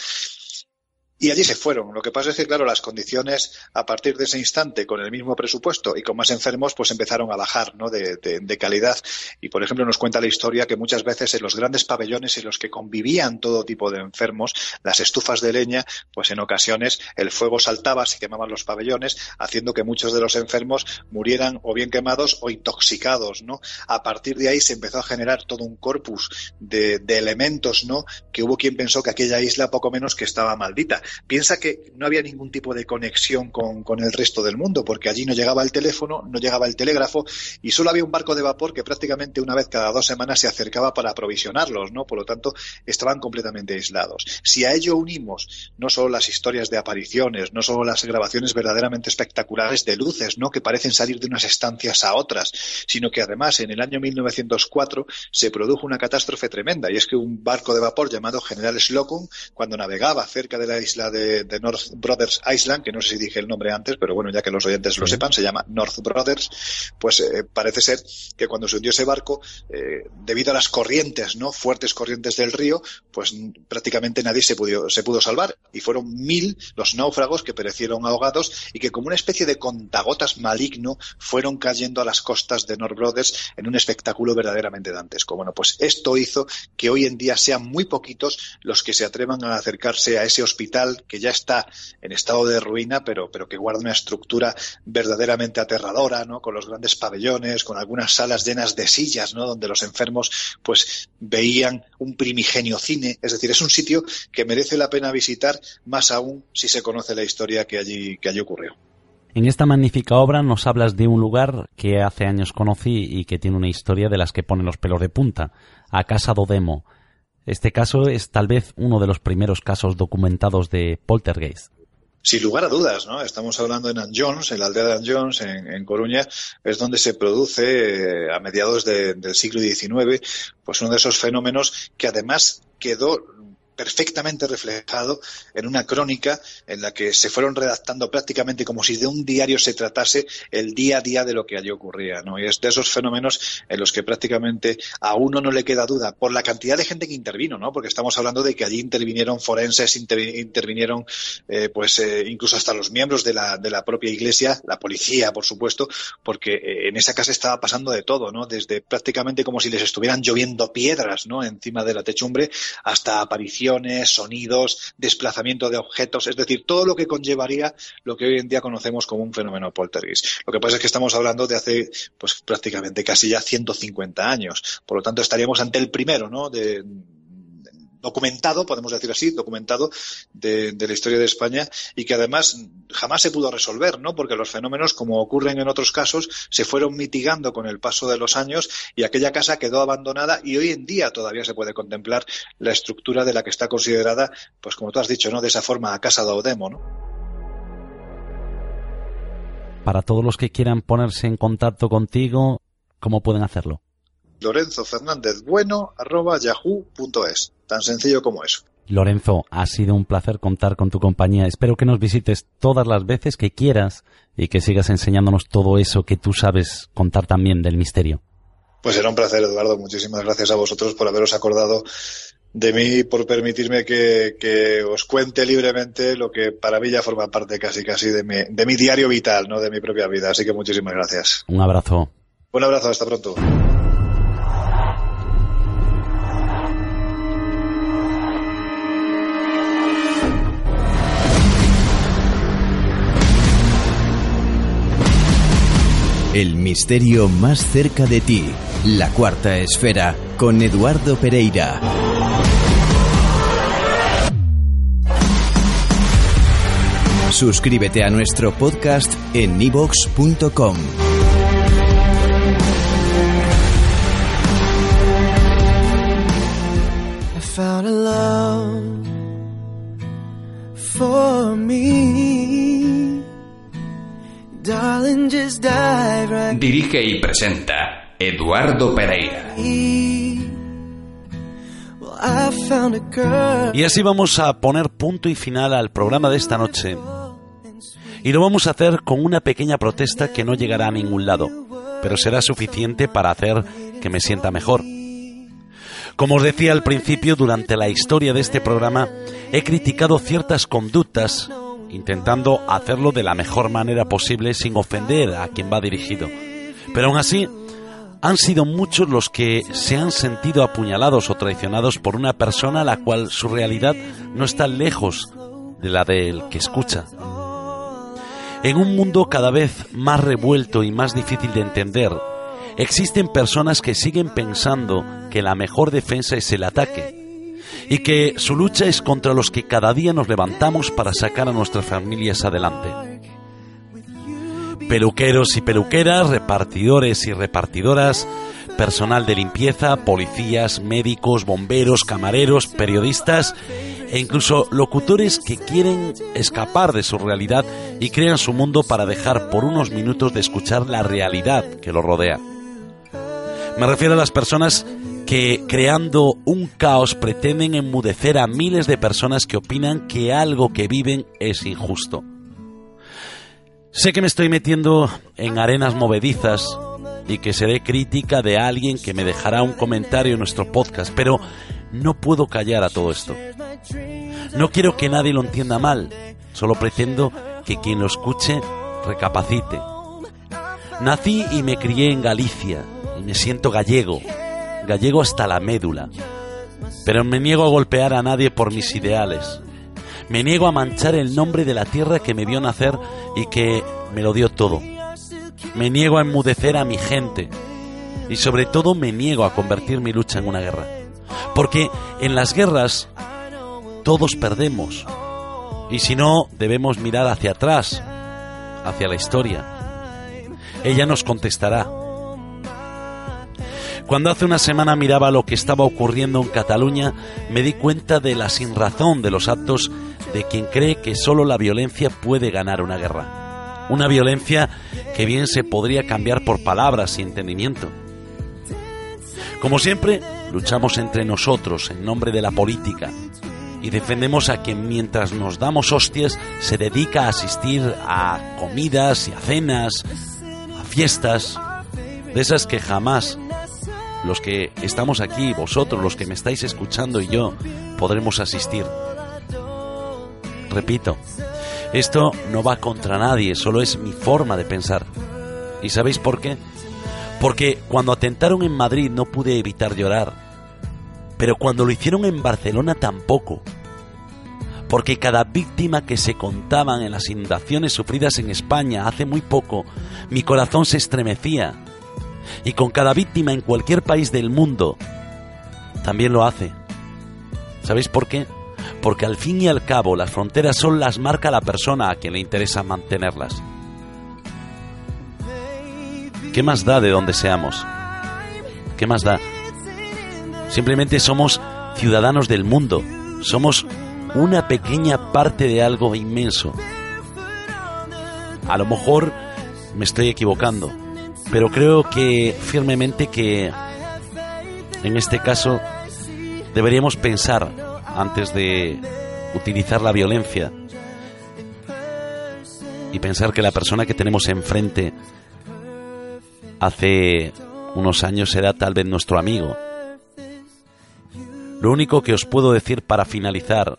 Y allí se fueron. Lo que pasa es que, claro, las condiciones a partir de ese instante, con el mismo presupuesto y con más enfermos, pues empezaron a bajar, ¿no?, de, de, de calidad. Y, por ejemplo, nos cuenta la historia que muchas veces en los grandes pabellones en los que convivían todo tipo de enfermos, las estufas de leña, pues en ocasiones el fuego saltaba, se quemaban los pabellones, haciendo que muchos de los enfermos murieran o bien quemados o intoxicados, ¿no? A partir de ahí se empezó a generar todo un corpus de, de elementos, ¿no?, que hubo quien pensó que aquella isla poco menos que estaba maldita. Piensa que no había ningún tipo de conexión con, con el resto del mundo, porque allí no llegaba el teléfono, no llegaba el telégrafo y solo había un barco de vapor que prácticamente una vez cada dos semanas se acercaba para aprovisionarlos, ¿no? Por lo tanto, estaban completamente aislados. Si a ello unimos no solo las historias de apariciones, no solo las grabaciones verdaderamente espectaculares de luces, ¿no?, que parecen salir de unas estancias a otras, sino que además en el año mil novecientos cuatro se produjo una catástrofe tremenda, y es que un barco de vapor llamado General Slocum, cuando navegaba cerca de la isla De, de North Brothers Island, que no sé si dije el nombre antes, pero bueno, ya que los oyentes sí lo sepan, se llama North Brothers, pues eh, parece ser que cuando se hundió ese barco, eh, debido a las corrientes, ¿no?, fuertes corrientes del río, pues prácticamente nadie se pudo, se pudo salvar, y fueron mil los náufragos que perecieron ahogados y que como una especie de contagotas maligno fueron cayendo a las costas de North Brothers en un espectáculo verdaderamente dantesco. Bueno, pues esto hizo que hoy en día sean muy poquitos los que se atrevan a acercarse a ese hospital que ya está en estado de ruina, pero, pero que guarda una estructura verdaderamente aterradora, ¿no?, con los grandes pabellones, con algunas salas llenas de sillas, ¿no?, donde los enfermos pues veían un primigenio cine. Es decir, es un sitio que merece la pena visitar, más aún si se conoce la historia que allí, que allí ocurrió. En esta magnífica obra nos hablas de un lugar que hace años conocí y que tiene una historia de las que pone los pelos de punta, a Casa do Demo. Este caso es tal vez uno de los primeros casos documentados de poltergeist. Sin lugar a dudas, ¿no? Estamos hablando en Anjones, en la aldea de Anjones, en, en Coruña, es donde se produce eh, a mediados de, del siglo diecinueve, pues uno de esos fenómenos que además quedó perfectamente reflejado en una crónica en la que se fueron redactando prácticamente como si de un diario se tratase el día a día de lo que allí ocurría, ¿no? Y es de esos fenómenos en los que prácticamente a uno no le queda duda por la cantidad de gente que intervino, ¿no? Porque estamos hablando de que allí intervinieron forenses, inter, intervinieron eh, pues eh, incluso hasta los miembros de la, de la propia iglesia, la policía, por supuesto, porque eh, en esa casa estaba pasando de todo, ¿no? Desde prácticamente como si les estuvieran lloviendo piedras, ¿no?, encima de la techumbre, hasta apariciones, sonidos, desplazamiento de objetos, es decir, todo lo que conllevaría lo que hoy en día conocemos como un fenómeno poltergeist. Lo que pasa es que estamos hablando de hace pues prácticamente casi ya ciento cincuenta años, por lo tanto estaríamos ante el primero, ¿no?, de documentado, podemos decir así, documentado de, de la historia de España, y que además jamás se pudo resolver, ¿no?, porque los fenómenos, como ocurren en otros casos, se fueron mitigando con el paso de los años y aquella casa quedó abandonada, y hoy en día todavía se puede contemplar la estructura de la que está considerada, pues como tú has dicho, ¿no?, de esa forma, a Casa do Demo, ¿no? Para todos los que quieran ponerse en contacto contigo, ¿cómo pueden hacerlo? Lorenzo Fernández Bueno arroba yahoo punto es. Tan sencillo como eso. Lorenzo, ha sido un placer contar con tu compañía. Espero que nos visites todas las veces que quieras y que sigas enseñándonos todo eso que tú sabes contar también del misterio. Pues será un placer, Eduardo. Muchísimas gracias a vosotros por haberos acordado de mí y por permitirme que, que os cuente libremente lo que para mí ya forma parte casi casi de mi, de mi diario vital, ¿no?, de mi propia vida. Así que muchísimas gracias. Un abrazo. Un abrazo, hasta pronto. El misterio más cerca de ti. La Cuarta Esfera, con Eduardo Pereira. Suscríbete a nuestro podcast en i vox punto com. I found a love for me. Dirige y presenta Eduardo Pereira. Y así vamos a poner punto y final al programa de esta noche. Y lo vamos a hacer con una pequeña protesta que no llegará a ningún lado, pero será suficiente para hacer que me sienta mejor. Como os decía al principio, durante la historia de este programa he criticado ciertas conductas, intentando hacerlo de la mejor manera posible sin ofender a quien va dirigido. Pero aún así, han sido muchos los que se han sentido apuñalados o traicionados por una persona a la cual su realidad no está lejos de la del que escucha. En un mundo cada vez más revuelto y más difícil de entender, existen personas que siguen pensando que la mejor defensa es el ataque y que su lucha es contra los que cada día nos levantamos para sacar a nuestras familias adelante. Peluqueros y peluqueras, repartidores y repartidoras, personal de limpieza, policías, médicos, bomberos, camareros, periodistas e incluso locutores que quieren escapar de su realidad y crean su mundo para dejar por unos minutos de escuchar la realidad que los rodea. Me refiero a las personas que, creando un caos, pretenden enmudecer a miles de personas que opinan que algo que viven es injusto. Sé que me estoy metiendo en arenas movedizas y que seré crítica de alguien que me dejará un comentario en nuestro podcast, pero no puedo callar a todo esto. No quiero que nadie lo entienda mal, solo pretendo que quien lo escuche recapacite. Nací y me crié en Galicia y me siento gallego, gallego hasta la médula, pero me niego a golpear a nadie por mis ideales. Me niego a manchar el nombre de la tierra que me vio nacer y que me lo dio todo. Me niego a enmudecer a mi gente y sobre todo me niego a convertir mi lucha en una guerra. Porque en las guerras todos perdemos y si no debemos mirar hacia atrás, hacia la historia. Ella nos contestará. Cuando hace una semana miraba lo que estaba ocurriendo en Cataluña, me di cuenta de la sinrazón de los actos de quien cree que solo la violencia puede ganar una guerra. Una violencia que bien se podría cambiar por palabras y entendimiento. Como siempre, luchamos entre nosotros en nombre de la política y defendemos a quien mientras nos damos hostias se dedica a asistir a comidas y a cenas, a fiestas, de esas que jamás los que estamos aquí, vosotros, los que me estáis escuchando y yo, podremos asistir. Repito, esto no va contra nadie, solo es mi forma de pensar. ¿Y sabéis por qué? Porque cuando atentaron en Madrid no pude evitar llorar, pero cuando lo hicieron en Barcelona tampoco. Porque cada víctima que se contaban en las inundaciones sufridas en España hace muy poco, mi corazón se estremecía. Y con cada víctima en cualquier país del mundo también lo hace. ¿Sabéis por qué? Porque al fin y al cabo las fronteras son las marca la persona a quien le interesa mantenerlas. ¿Qué más da de donde seamos? ¿Qué más da? Simplemente somos ciudadanos del mundo. Somos una pequeña parte de algo inmenso. A lo mejor me estoy equivocando, pero creo que firmemente que en este caso deberíamos pensar antes de utilizar la violencia y pensar que la persona que tenemos enfrente hace unos años era tal vez nuestro amigo. Lo único que os puedo decir para finalizar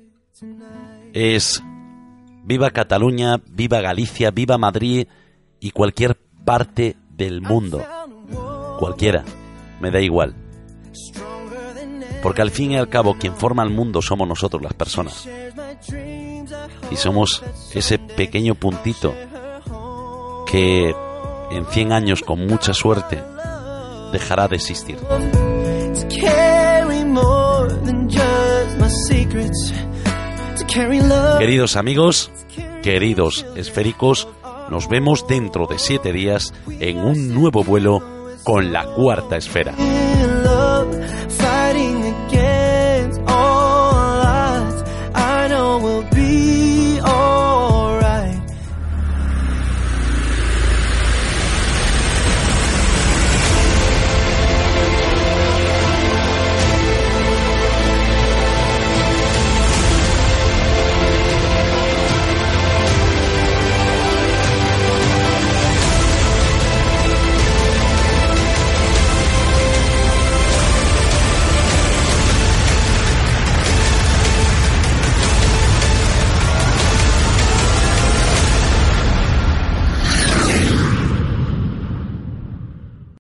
es: viva Cataluña, viva Galicia, viva Madrid y cualquier parte del mundo, cualquiera, me da igual, porque al fin y al cabo quien forma el mundo somos nosotros, las personas, y somos ese pequeño puntito que en cien años con mucha suerte dejará de existir. Queridos amigos, queridos esféricos, nos vemos dentro de siete días en un nuevo vuelo con la Cuarta Esfera.